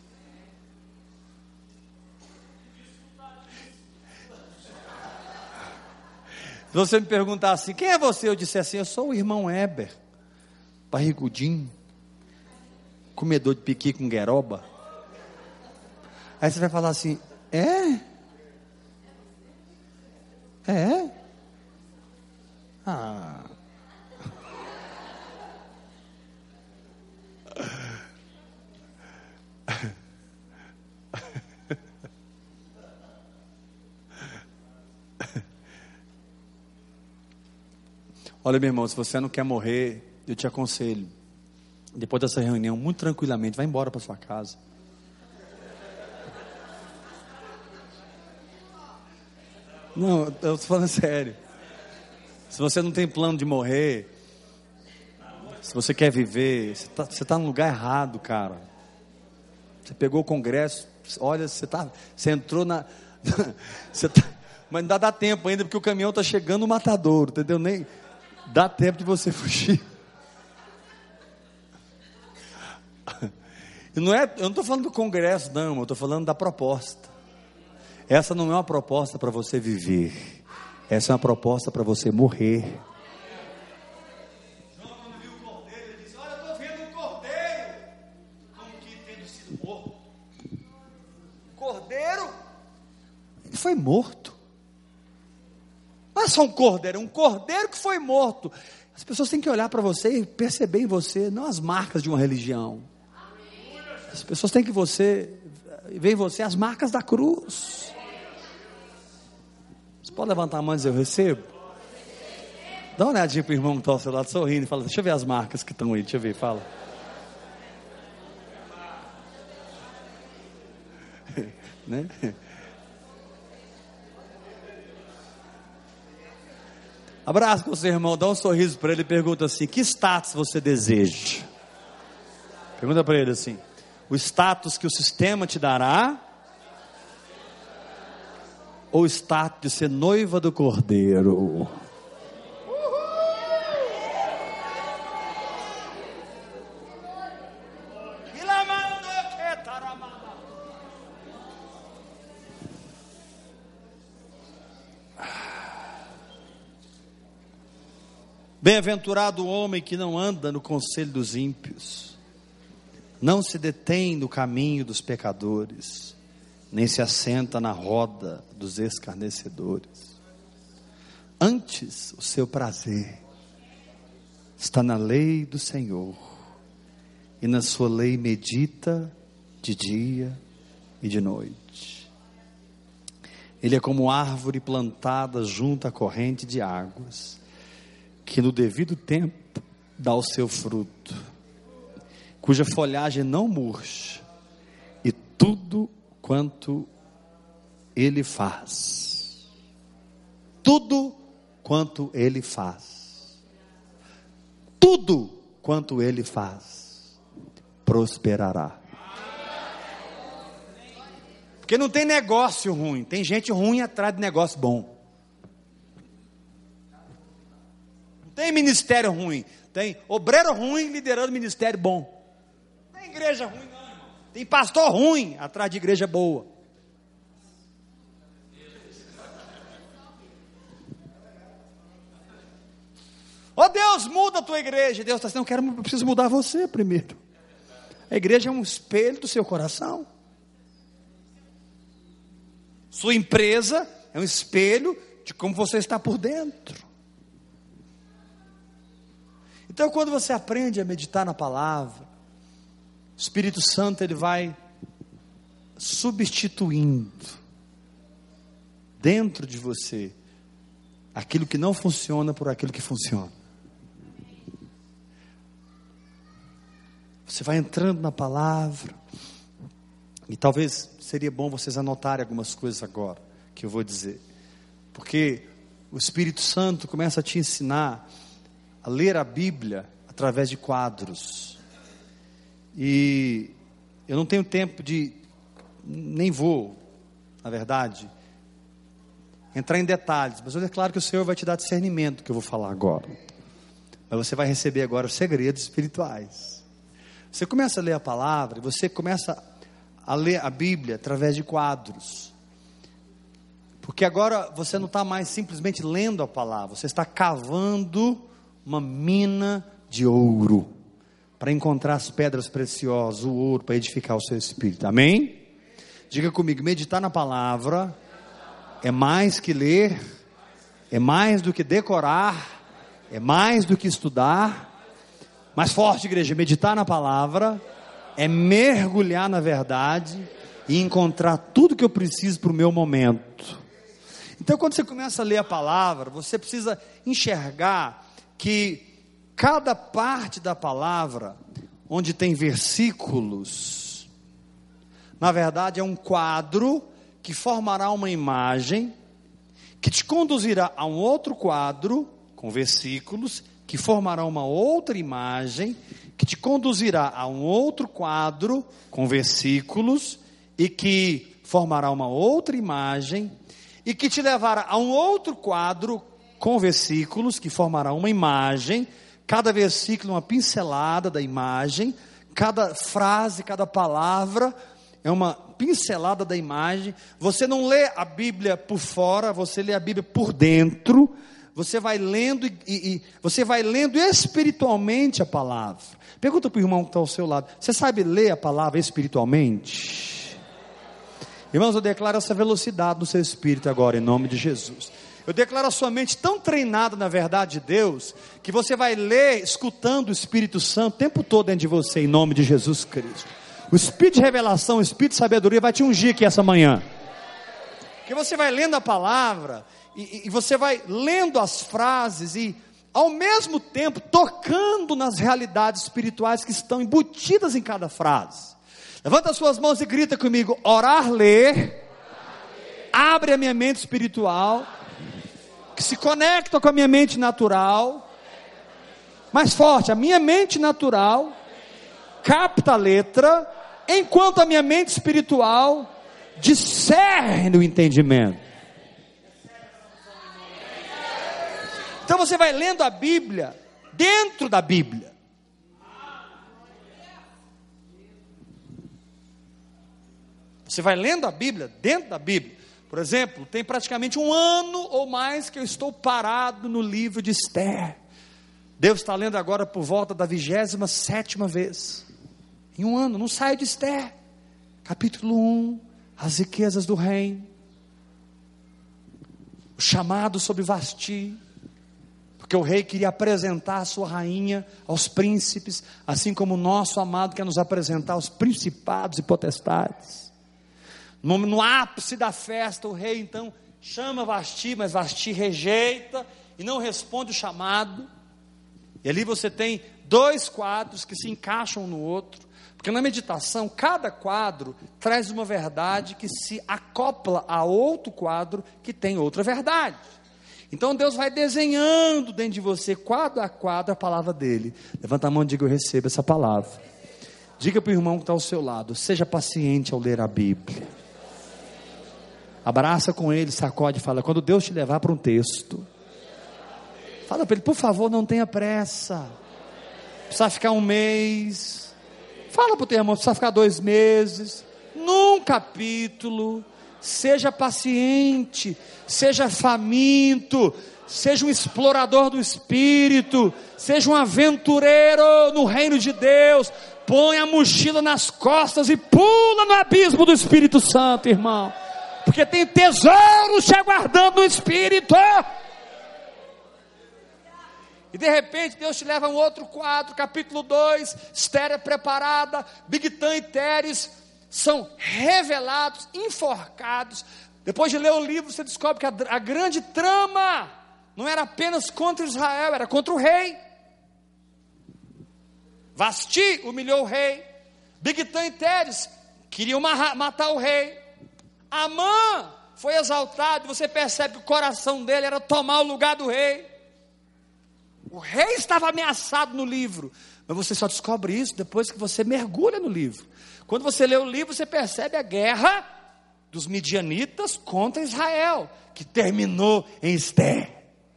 Se você me perguntar assim: quem é você? Eu disser assim: eu sou o irmão Heber, barrigudinho, comedor de piqui com gueroba. Aí você vai falar assim, é? É? Ah. Olha, meu irmão, se você não quer morrer, eu te aconselho, depois dessa reunião, muito tranquilamente, vai embora para sua casa. Não, eu estou falando sério. Se você não tem plano de morrer, se você quer viver, você tá no lugar errado, cara. Você pegou o congresso, olha, você entrou na... mas ainda dá tempo ainda, porque o caminhão está chegando no matadouro, entendeu? Nem dá tempo de você fugir. Eu não estou falando do congresso, não, eu estou falando da proposta. Essa não é uma proposta para você viver, essa é uma proposta para você morrer. João, quando viu o cordeiro, ele disse: olha, eu estou vendo um cordeiro, como que tendo sido morto. Cordeiro, ele foi morto. Não é só um cordeiro, é um cordeiro que foi morto. As pessoas têm que olhar para você e perceber em você, não as marcas de uma religião. As pessoas têm que ver em você as marcas da cruz. Você pode levantar a mão e dizer: eu recebo? Dá uma olhadinha para o irmão que está ao seu lado sorrindo e fala: deixa eu ver as marcas que estão aí, deixa eu ver, fala. Né? Abraça com o seu irmão, dá um sorriso para ele e pergunta assim: que status você deseja? Pergunta para ele assim: o status que o sistema te dará, ou o status de ser noiva do Cordeiro? Bem-aventurado o homem que não anda no conselho dos ímpios, não se detém no caminho dos pecadores, nem se assenta na roda dos escarnecedores. Antes, o seu prazer está na lei do Senhor, e na sua lei medita de dia e de noite. Ele é como árvore plantada junto à corrente de águas, que no devido tempo dá o seu fruto, cuja folhagem não murcha, e tudo quanto ele faz, tudo quanto ele faz, tudo quanto ele faz, prosperará. Porque não tem negócio ruim, tem gente ruim atrás de negócio bom. Tem ministério ruim, tem obreiro ruim liderando ministério bom. Não tem igreja ruim não, irmão. Tem pastor ruim atrás de igreja boa. Oh Deus, muda a tua igreja. Deus está dizendo: eu preciso mudar você primeiro. A igreja é um espelho do seu coração. Sua empresa é um espelho de como você está por dentro. Então, quando você aprende a meditar na palavra, o Espírito Santo ele vai substituindo dentro de você aquilo que não funciona por aquilo que funciona. Você vai entrando na palavra, e talvez seria bom vocês anotarem algumas coisas agora que eu vou dizer, porque o Espírito Santo começa a te ensinar a ler a Bíblia através de quadros. E eu não tenho tempo nem vou, na verdade, entrar em detalhes, mas eu declaro que o Senhor vai te dar discernimento do que eu vou falar agora. Mas você vai receber agora os segredos espirituais. Você começa a ler a palavra, e você começa a ler a Bíblia através de quadros. Porque agora você não está mais simplesmente lendo a palavra, você está cavando uma mina de ouro, para encontrar as pedras preciosas, o ouro, para edificar o seu espírito. Amém? Diga comigo, meditar na palavra é mais que ler, é mais do que decorar, é mais do que estudar. Mais forte, igreja, meditar na palavra é mergulhar na verdade e encontrar tudo que eu preciso para o meu momento. Então, quando você começa a ler a palavra, você precisa enxergar que cada parte da palavra, onde tem versículos, na verdade é um quadro que formará uma imagem, que te conduzirá a um outro quadro, com versículos, que formará uma outra imagem, que te conduzirá a um outro quadro, com versículos, e que formará uma outra imagem, e que te levará a um outro quadro, com versículos, que formará uma imagem, cada versículo uma pincelada da imagem, cada frase, cada palavra é uma pincelada da imagem. Você não lê a Bíblia por fora, você lê a Bíblia por dentro. Você vai lendo e você vai lendo espiritualmente a palavra. Pergunta para o irmão que está ao seu lado: você sabe ler a palavra espiritualmente? Irmãos, eu declaro essa velocidade no seu espírito agora, em nome de Jesus. Eu declaro a sua mente tão treinada na verdade de Deus, que você vai ler escutando o Espírito Santo o tempo todo dentro de você, em nome de Jesus Cristo. O Espírito de revelação, o Espírito de sabedoria vai te ungir aqui essa manhã. Porque você vai lendo a palavra, e você vai lendo as frases, e ao mesmo tempo tocando nas realidades espirituais que estão embutidas em cada frase. Levanta as suas mãos e grita comigo: orar, ler, abre a minha mente espiritual, que se conecta com a minha mente natural. Mais forte, a minha mente natural capta a letra, enquanto a minha mente espiritual discerne o entendimento. Então você vai lendo a Bíblia dentro da Bíblia. Você vai lendo a Bíblia dentro da Bíblia. Por exemplo, tem praticamente 1 ano ou mais que eu estou parado no livro de Esther. Deus está lendo agora por volta da 27ª vez. Em 1 ano, não saio de Esther. Capítulo 1, as riquezas do reino. O chamado sobre Vasti. Porque o rei queria apresentar a sua rainha aos príncipes, assim como o nosso amado quer nos apresentar aos principados e potestades. No ápice da festa, o rei então chama Vasti, mas Vasti rejeita e não responde o chamado. E ali você tem 2 quadros que se encaixam um no outro, porque na meditação cada quadro traz uma verdade que se acopla a outro quadro que tem outra verdade. Então Deus vai desenhando dentro de você, quadro a quadro, a palavra dele. Levanta a mão e diga: eu recebo essa palavra. Diga para o irmão que está ao seu lado: seja paciente ao ler a Bíblia. Abraça com ele, sacode e fala: quando Deus te levar para um texto, fala para ele: por favor, não tenha pressa. Precisa ficar 1 mês. Fala para o teu irmão: precisa ficar 2 meses. Num capítulo. Seja paciente, seja faminto, seja um explorador do Espírito, seja um aventureiro no reino de Deus. Põe a mochila nas costas e pula no abismo do Espírito Santo, irmão, porque tem tesouros te aguardando no Espírito. E de repente Deus te leva a um outro quadro, capítulo 2, Esther é preparada, Bigtã e Teres são revelados, enforcados. Depois de ler o livro, você descobre que a grande trama não era apenas contra Israel, era contra o rei. Vasti humilhou o rei, Bigtã e Teres queriam matar o rei. Amã foi exaltado, e você percebe que o coração dele era tomar o lugar do rei. O rei estava ameaçado no livro, mas você só descobre isso depois que você mergulha no livro. Quando você lê o livro, você percebe a guerra dos midianitas contra Israel, que terminou em Esther.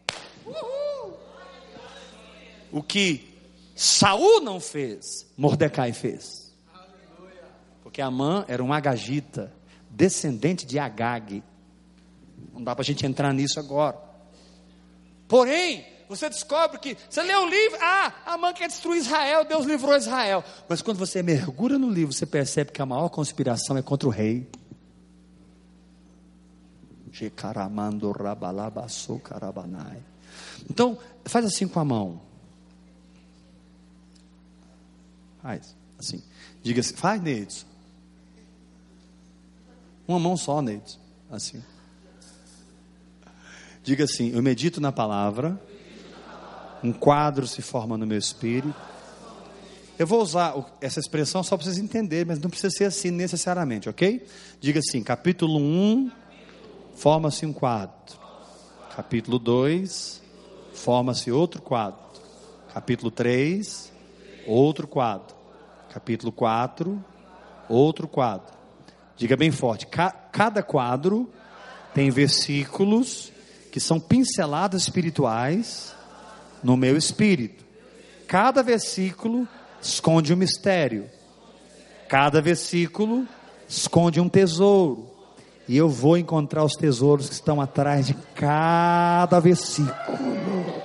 O que Saul não fez, Mordecai fez. Porque Amã era um agagita, descendente de Agag. Não dá para a gente entrar nisso agora. Porém, você descobre que, você lê o livro, Amã quer destruir Israel, Deus livrou Israel. Mas quando você mergulha no livro, você percebe que a maior conspiração é contra o rei. Então, faz assim com a mão. Faz assim. Diga assim, faz, Neidson. Uma mão só, Neidson. Assim. Diga assim, eu medito na palavra, um quadro se forma no meu espírito. Eu vou usar essa expressão só para vocês entenderem, mas não precisa ser assim necessariamente, ok? Diga assim, capítulo 1, forma-se um quadro. Capítulo 2, forma-se outro quadro. Capítulo 3, outro quadro. Capítulo 4, outro quadro. Diga bem forte, cada quadro tem versículos que são pinceladas espirituais no meu espírito. Cada versículo esconde um mistério. Cada versículo esconde um tesouro. E eu vou encontrar os tesouros que estão atrás de cada versículo.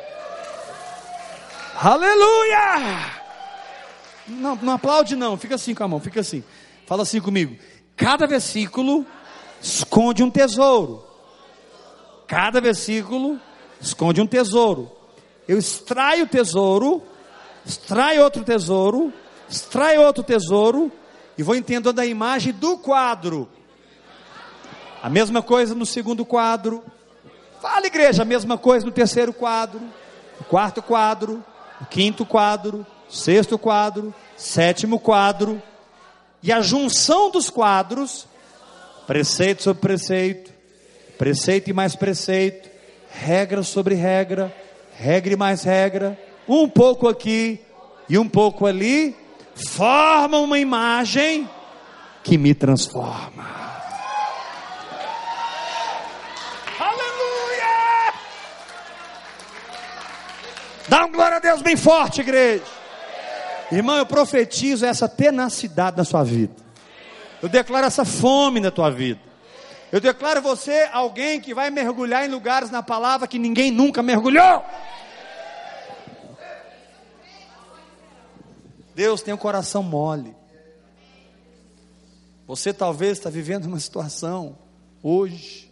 Aleluia! Não aplaude não, fica assim com a mão, fica assim. Fala assim comigo. Cada versículo esconde um tesouro. Cada versículo esconde um tesouro. Eu extraio o tesouro, extraio outro tesouro, extraio outro tesouro, e vou entendendo a imagem do quadro. A mesma coisa no segundo quadro. Fala, igreja, a mesma coisa no terceiro quadro, no quarto quadro, no quinto quadro, sexto quadro, sétimo quadro. E a junção dos quadros, preceito sobre preceito, preceito e mais preceito, regra sobre regra, regra e mais regra, um pouco aqui e um pouco ali, formam uma imagem que me transforma. Aleluia! Dá um glória a Deus bem forte, igreja. Irmão, eu profetizo essa tenacidade na sua vida. Eu declaro essa fome na tua vida. Eu declaro você alguém que vai mergulhar em lugares na palavra que ninguém nunca mergulhou. Deus tem um coração mole. Você talvez está vivendo uma situação hoje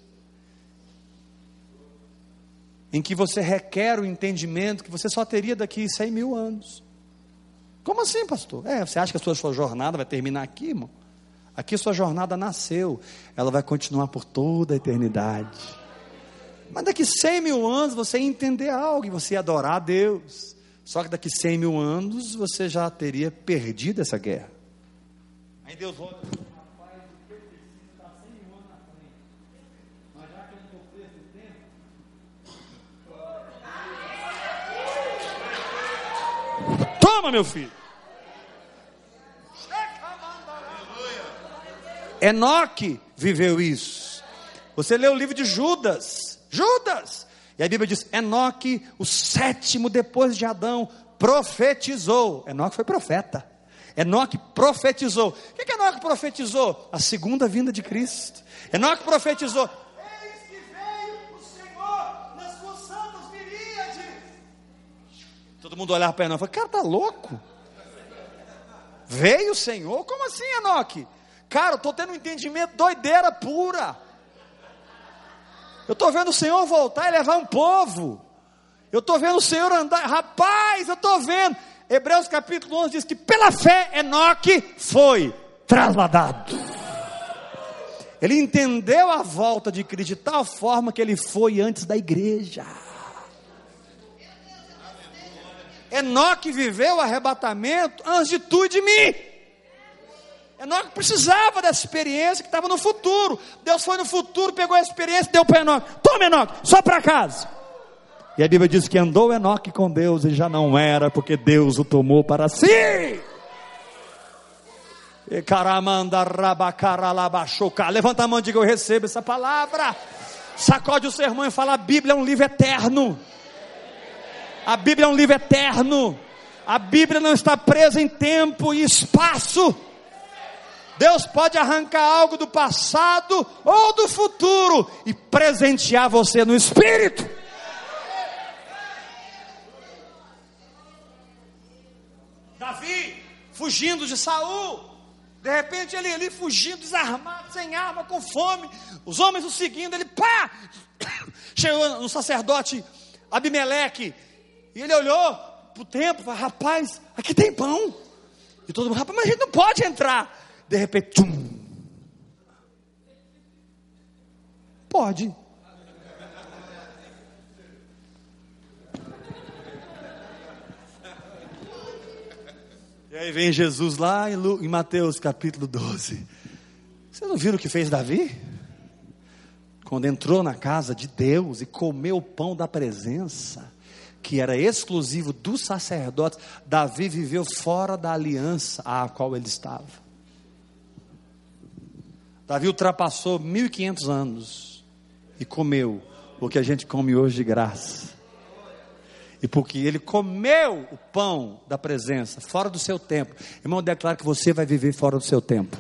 em que você requer o entendimento que você só teria daqui 100 mil anos. Como assim, pastor? Você acha que a sua jornada vai terminar aqui, irmão? Aqui sua jornada nasceu, ela vai continuar por toda a eternidade. Mas daqui 100 mil anos você ia entender algo e você ia adorar a Deus. Só que daqui 100 mil anos você já teria perdido essa guerra. Aí Deus olha, rapaz, o que eu preciso está 100 mil anos na frente. Mas já que eu não estou preso no tempo. Toma, meu filho. Enoque viveu isso. Você lê o livro de Judas. E a Bíblia diz, Enoque, o sétimo depois de Adão, profetizou. Enoque foi profeta. Enoque profetizou. O que Enoque profetizou? A segunda vinda de Cristo. Enoque profetizou, eis que veio o Senhor nas suas santas miríades. Todo mundo olhava para Enoque e falava, cara, tá louco? Veio o Senhor? Como assim, Enoque? Cara, eu estou tendo um entendimento doideira pura. Eu estou vendo o Senhor voltar e levar um povo. Eu estou vendo o Senhor andar. Rapaz, eu estou vendo. Hebreus capítulo 11 diz que pela fé Enoque foi trasladado. Ele entendeu a volta de Cristo de tal forma que ele foi antes da igreja. Enoque viveu o arrebatamento antes de tu e de mim. Enoque precisava dessa experiência que estava no futuro. Deus foi no futuro, pegou a experiência e deu para Enoque. Toma, Enoque, só para casa. E a Bíblia diz que andou Enoque com Deus e já não era, porque Deus o tomou para si. Levanta a mão e diga, eu recebo essa palavra. Sacode o sermão e fala, a Bíblia é um livro eterno. A Bíblia é um livro eterno. A Bíblia não está presa em tempo e espaço. Deus pode arrancar algo do passado ou do futuro e presentear você no Espírito. Davi, fugindo de Saul, De repente ele ali fugindo, desarmado, sem arma, com fome, os homens o seguindo, ele pá! Chegou no sacerdote Abimeleque, e ele olhou para o templo, falou: rapaz, aqui tem pão. E todo mundo: rapaz, mas a gente não pode entrar. De repente, tchum. Pode. E aí vem Jesus lá em Mateus capítulo 12. Vocês não viram o que fez Davi? Quando entrou na casa de Deus e comeu o pão da presença, que era exclusivo dos sacerdotes, Davi viveu fora da aliança a qual ele estava. Davi ultrapassou 1500 anos e comeu o que a gente come hoje de graça. E porque ele comeu o pão da presença, fora do seu tempo. Irmão, eu declaro que você vai viver fora do seu tempo.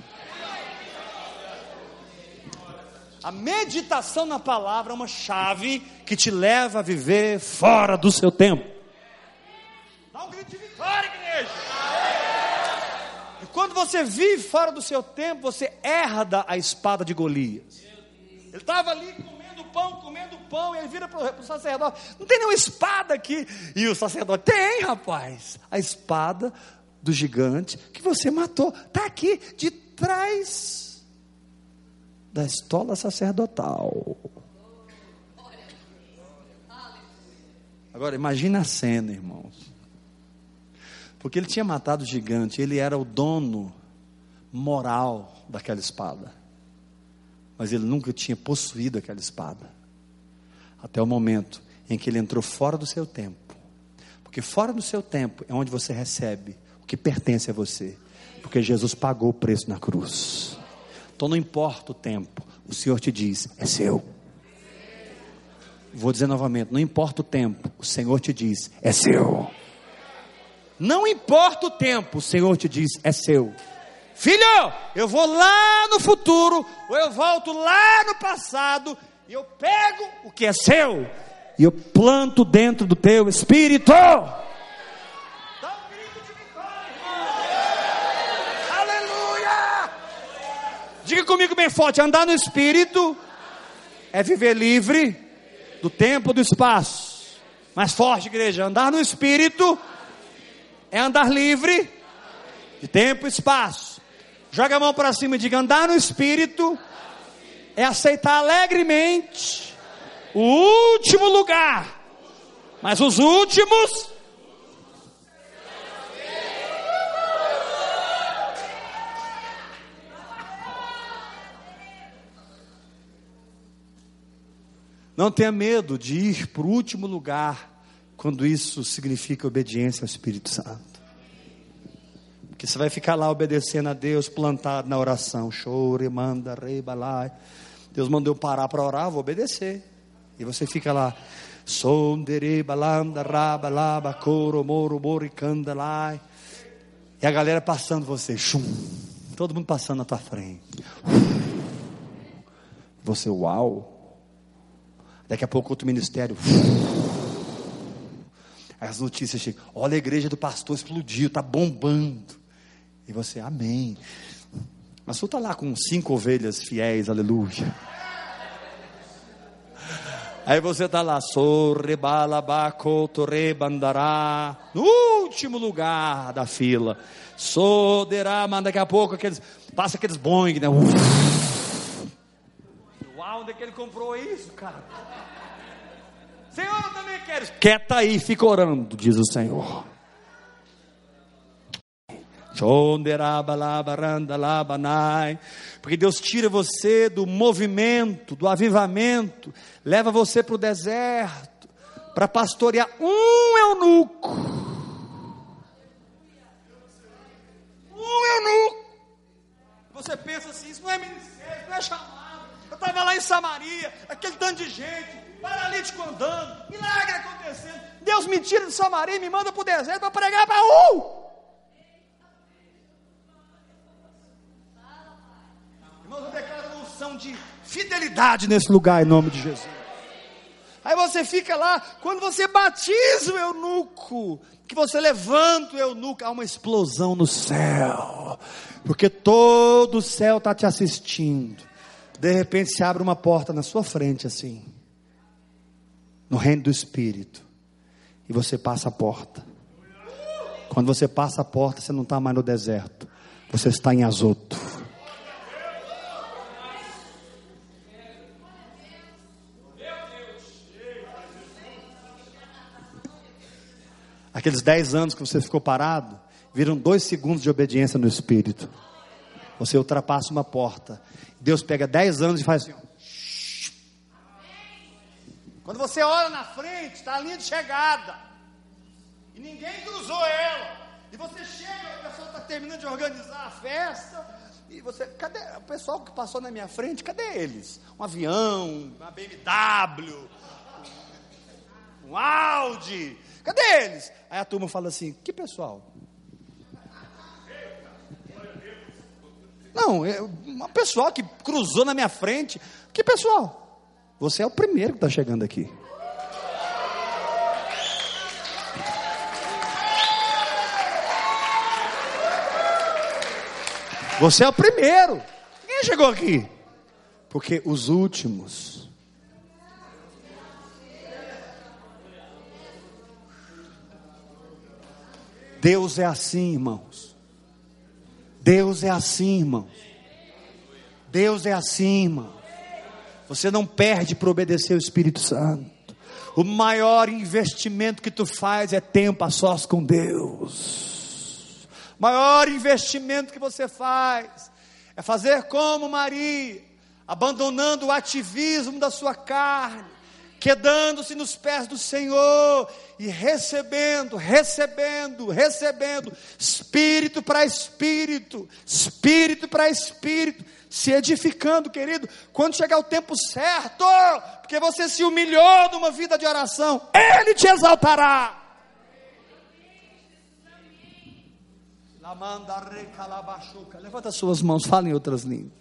A meditação na palavra é uma chave que te leva a viver fora do seu tempo. Dá um grito de vitória, igreja. E quando você vive fora do seu tempo, você herda a espada de Golias. Ele estava ali comendo pão, e ele vira para o sacerdote: não tem nenhuma espada aqui. E o sacerdote: tem, rapaz, a espada do gigante que você matou, está aqui de trás da estola sacerdotal. Agora imagina a cena, irmãos, porque ele tinha matado o gigante, ele era o dono moral daquela espada, mas ele nunca tinha possuído aquela espada, até o momento em que ele entrou fora do seu tempo. Porque fora do seu tempo é onde você recebe o que pertence a você, porque Jesus pagou o preço na cruz. Então não importa o tempo, o Senhor te diz: é seu. Vou dizer novamente: não importa o tempo, o Senhor te diz: é seu. Não importa o tempo, o Senhor te diz: é seu. Filho, eu vou lá no futuro, ou eu volto lá no passado, e eu pego o que é seu, e eu planto dentro do teu espírito. Dá um grito de vitória, irmão. Aleluia! Diga comigo bem forte: andar no espírito é viver livre do tempo e do espaço. Mais forte, igreja: andar no espírito é andar livre de tempo e espaço. Joga a mão para cima e diga: andar no espírito é aceitar alegremente o último lugar, mas os últimos não tenha medo de ir para o último lugar, quando isso significa obediência ao Espírito Santo. Porque você vai ficar lá obedecendo a Deus, plantado na oração. Chore, manda, rei, balai. Deus mandou eu parar para orar, vou obedecer. E você fica lá. Sondere, balanda, rabalaba, coro, moro, moricanda, lai. E a galera passando você. Chum. Todo mundo passando na tua frente. Você, uau. Daqui a pouco outro ministério. As notícias chegam: olha, a igreja do pastor explodiu, está bombando. E você: amém. Mas você está lá com 5 ovelhas fiéis, aleluia. Aí você está lá, no último lugar da fila. Mas daqui a pouco passa aqueles Boeing, né? Uau, onde é que ele comprou isso, cara? Senhor, eu também quero. Quieta aí, fica orando, diz o Senhor. Porque Deus tira você do movimento, do avivamento, leva você para o deserto, para pastorear um eunuco. Você pensa assim: isso não é ministério, isso não é chamado. Eu estava lá em Samaria, aquele tanto de gente, paralítico andando, milagre acontecendo. Deus me tira de Samaria e me manda para o deserto para pregar para Irmãos, eu declaro uma unção de fidelidade nesse lugar, em nome de Jesus. Aí você fica lá, quando você batiza o eunuco, que você levanta o eunuco, há uma explosão no céu. porque todo o céu está te assistindo. De repente se abre uma porta na sua frente assim, no reino do Espírito, e você passa a porta. Quando você passa a porta, você não está mais no deserto, você está em Azoto. Aqueles 10 anos que você ficou parado, viram 2 segundos de obediência no Espírito. Você ultrapassa uma porta. Deus pega 10 anos e faz assim. Quando você olha na frente, está a linha de chegada. E ninguém cruzou ela. E você chega, a pessoa está terminando de organizar a festa. E você, cadê o pessoal que passou na minha frente? Cadê eles? Um avião, uma BMW, um Audi. Cadê eles? Aí a turma fala assim, que pessoal? Não, uma pessoa que cruzou na minha frente. Que pessoal? Você é o primeiro que está chegando aqui. Você é o primeiro. Quem chegou aqui? Porque os últimos... Deus é assim, irmãos. Deus é assim, irmãos. Deus é assim, irmãos. Você não perde para obedecer o Espírito Santo. O maior investimento que tu faz é tempo a sós com Deus. O maior investimento que você faz é fazer como Maria, abandonando o ativismo da sua carne, quedando-se nos pés do Senhor e recebendo, espírito para espírito, espírito para espírito, se edificando, querido, quando chegar o tempo certo, porque você se humilhou numa vida de oração, Ele te exaltará. Levanta as suas mãos, fala em outras línguas.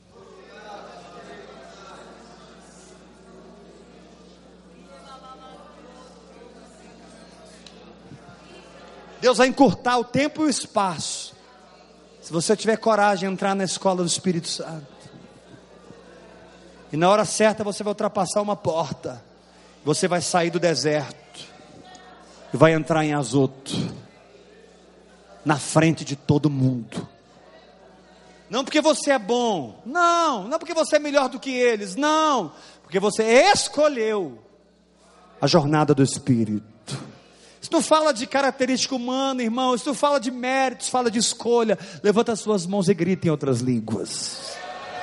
Deus vai encurtar o tempo e o espaço, se você tiver coragem de entrar na escola do Espírito Santo. E na hora certa você vai ultrapassar uma porta, você vai sair do deserto e vai entrar em Azoto, na frente de todo mundo. Não porque você é bom, não porque você é melhor do que eles, não, porque você escolheu a jornada do Espírito. Isso não fala de característica humana, irmão. Isso não fala de méritos, fala de escolha. Levanta as suas mãos e grita em outras línguas.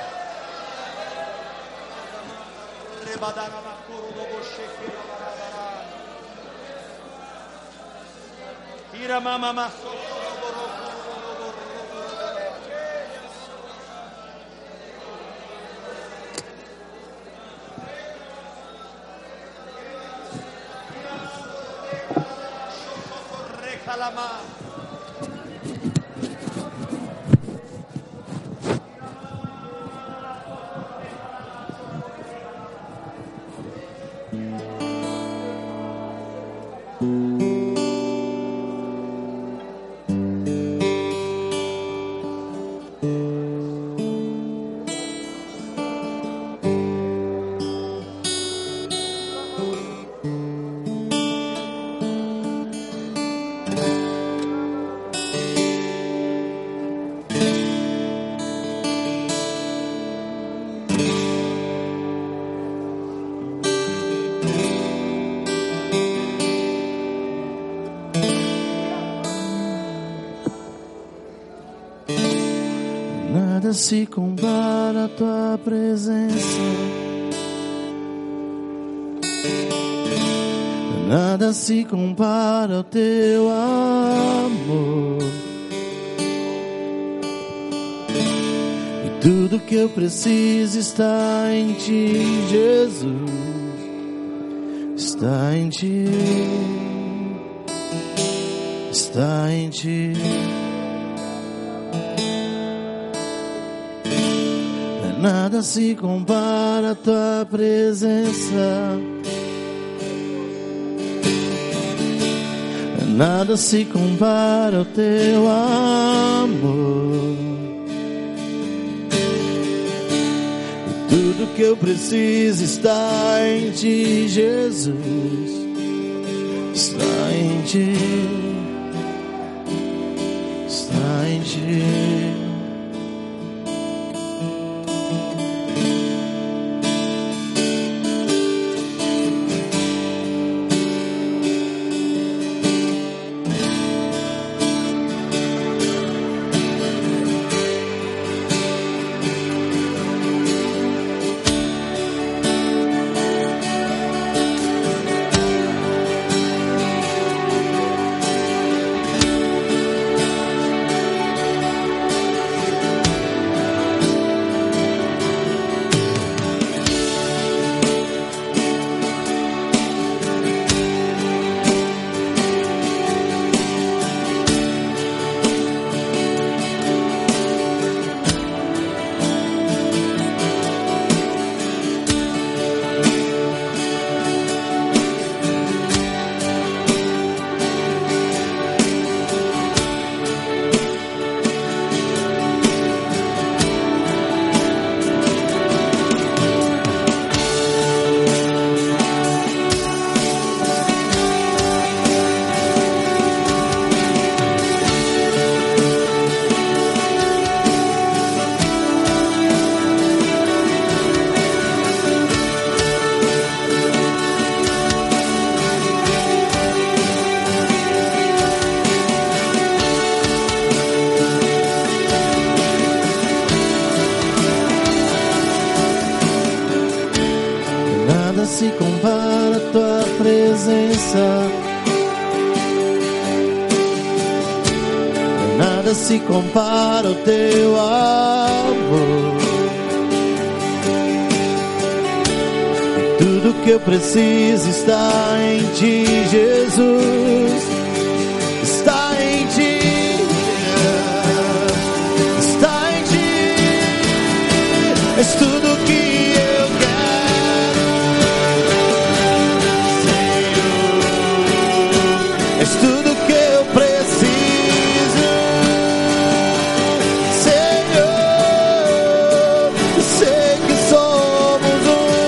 Nada se compara à tua presença, nada se compara ao teu amor, e tudo que eu preciso está em ti, Jesus, está em ti, está em ti. Nada se compara à tua presença, nada se compara ao teu amor, Tudo que eu preciso está em ti, Jesus. Está em ti. Está em ti. Se compara a tua presença, nada se compara ao teu amor. Tudo que eu preciso está em ti, Jesus. Está em ti. Está em ti. És tudo que tudo que eu preciso, Senhor. Sei que somos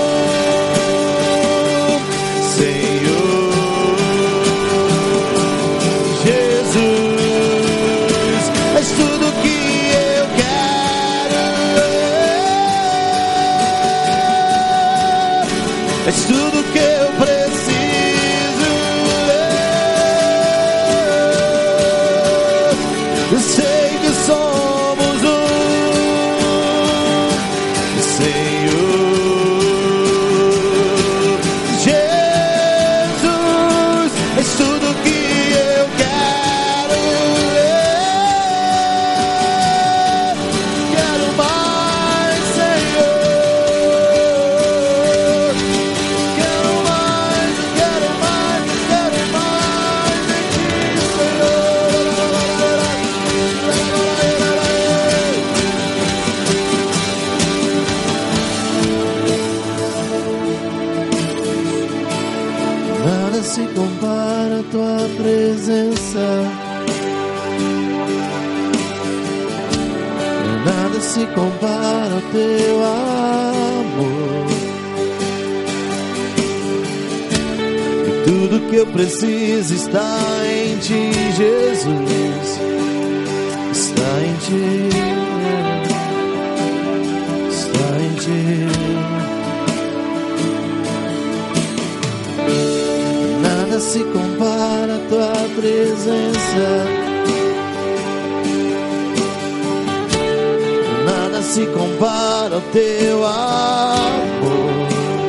Senhor. Jesus, és tudo que eu quero, és tudo que eu preciso. Eu sei que somos Senhor. Jesus, és tudo que eu quero. Quero mais, Senhor. Quero mais, quero mais, quero mais de ti, Senhor. Nada se compara a tua presença, nada se compara ao teu amor. E tudo que eu preciso está em ti, Jesus. Está em ti. Está em ti. Nada se compara a tua presença, nada se compara ao teu amor.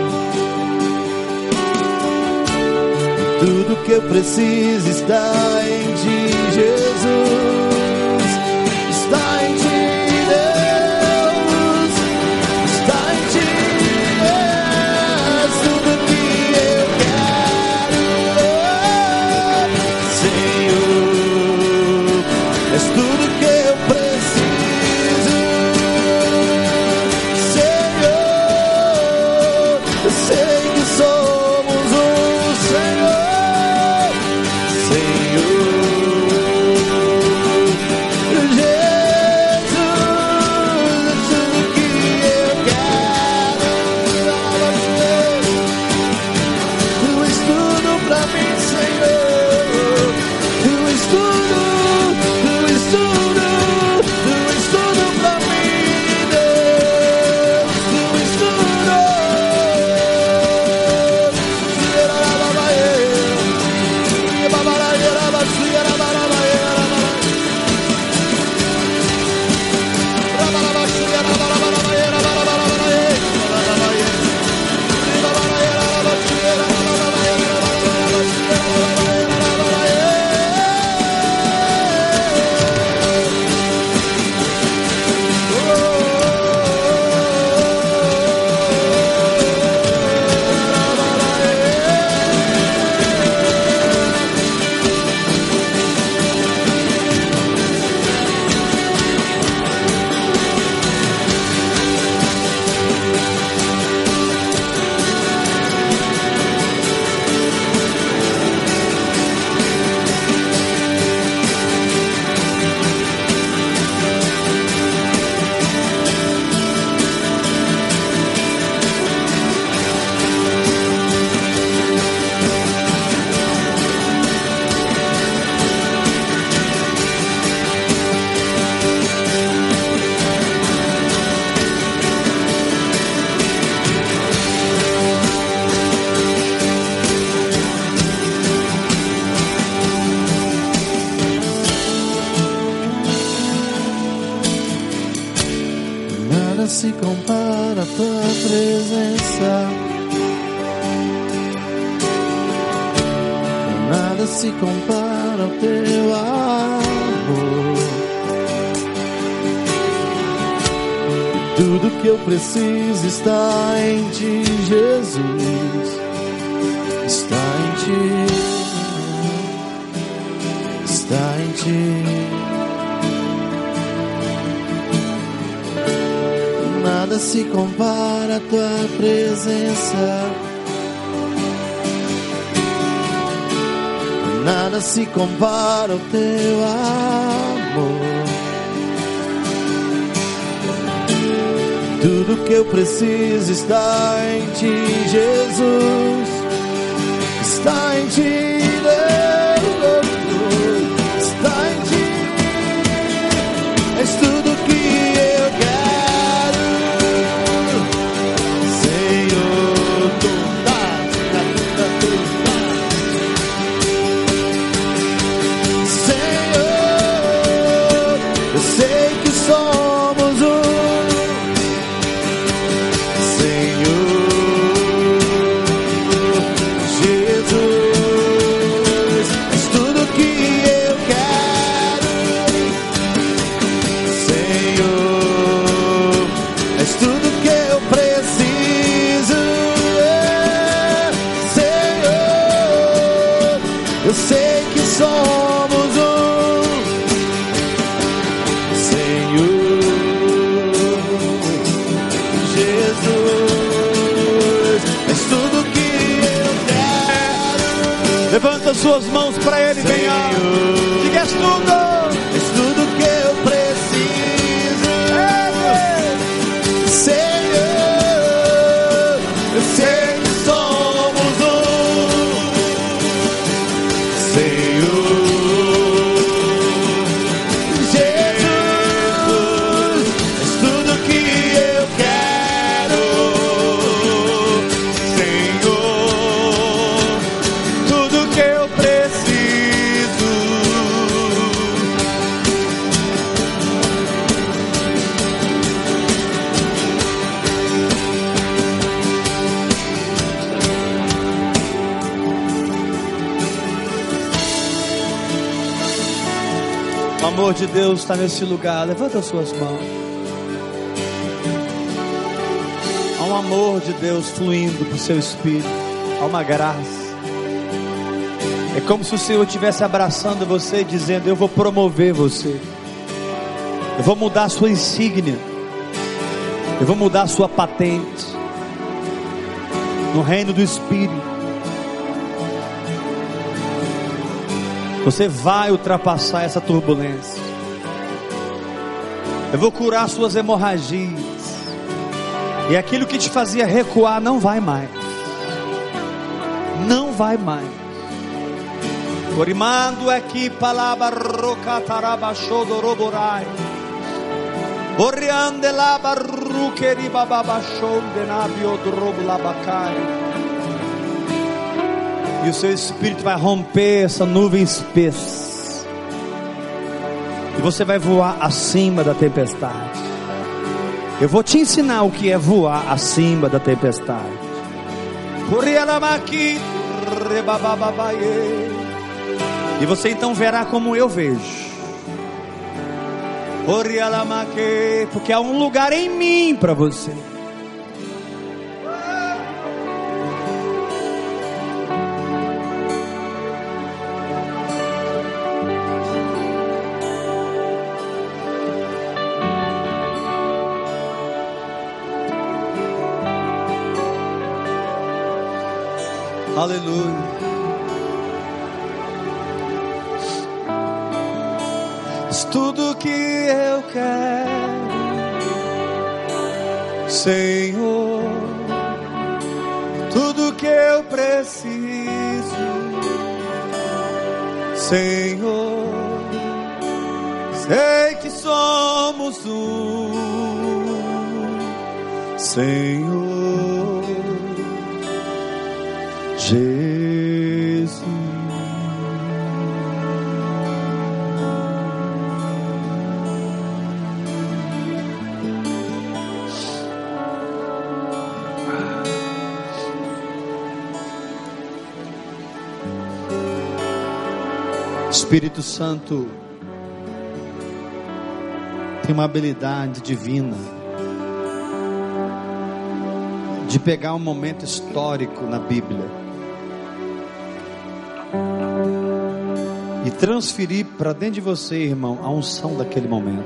Tudo que eu preciso está em ti, Jesus. Está em ti, Deus. Está em ti, és tudo que eu quero, Senhor. És tudo que eu preciso, Senhor. Eu sei que somos Senhor. Senhor, se compara à tua presença. Nada se compara ao teu amor. Tudo que eu preciso está em ti, Jesus. Está em ti. Está em ti. Nada se compara à tua presença. Nada se compara ao teu amor. Tudo que eu preciso está em ti, Jesus. Está em ti, está em ti. És tudo que eu quero, Senhor. Senhor, eu sei que somos um. Eu sei que somos um, Senhor Jesus, és tudo que eu quero. Levanta suas mãos para Ele, venha. Diga: és tudo. És tudo que eu preciso. Senhor, eu sei que somos um. O amor de Deus está nesse lugar. Levanta as suas mãos. Há um amor de Deus fluindo para o seu espírito. Há uma graça. É como se o Senhor estivesse abraçando você e dizendo: eu vou promover você. Eu vou mudar a sua insígnia. Eu vou mudar a sua patente. No reino do Espírito. Você vai ultrapassar essa turbulência. Eu vou curar suas hemorragias. E aquilo que te fazia recuar não vai mais. Não vai mais. Orimando aqui palavra rocatarabashodoroborai. Oriande la barruqueri bababashonde nabiodrobulabacai. E o seu espírito vai romper essa nuvem espessa. E você vai voar acima da tempestade. Eu vou te ensinar o que é voar acima da tempestade. E você então verá como eu vejo. Porque há um lugar em mim para você. Aleluia. És tudo que eu quero, Senhor. Tudo que eu preciso, Senhor. Sei que somos um, Senhor. Jesus, Espírito Santo tem uma habilidade divina de pegar um momento histórico na Bíblia e transferir para dentro de você, irmão, a unção daquele momento.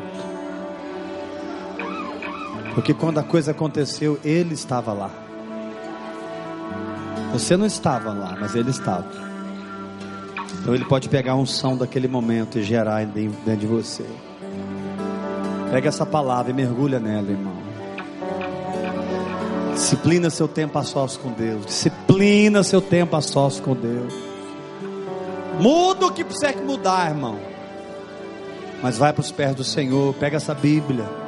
Porque quando a coisa aconteceu, Ele estava lá. Você não estava lá, mas Ele estava. Então Ele pode pegar a unção daquele momento e gerar dentro de você. Pega essa palavra e mergulha nela, irmão. Disciplina seu tempo a sós com Deus. Disciplina seu tempo a sós com Deus. Muda o que precisa mudar, irmão. Mas vai para os pés do Senhor. Pega essa Bíblia.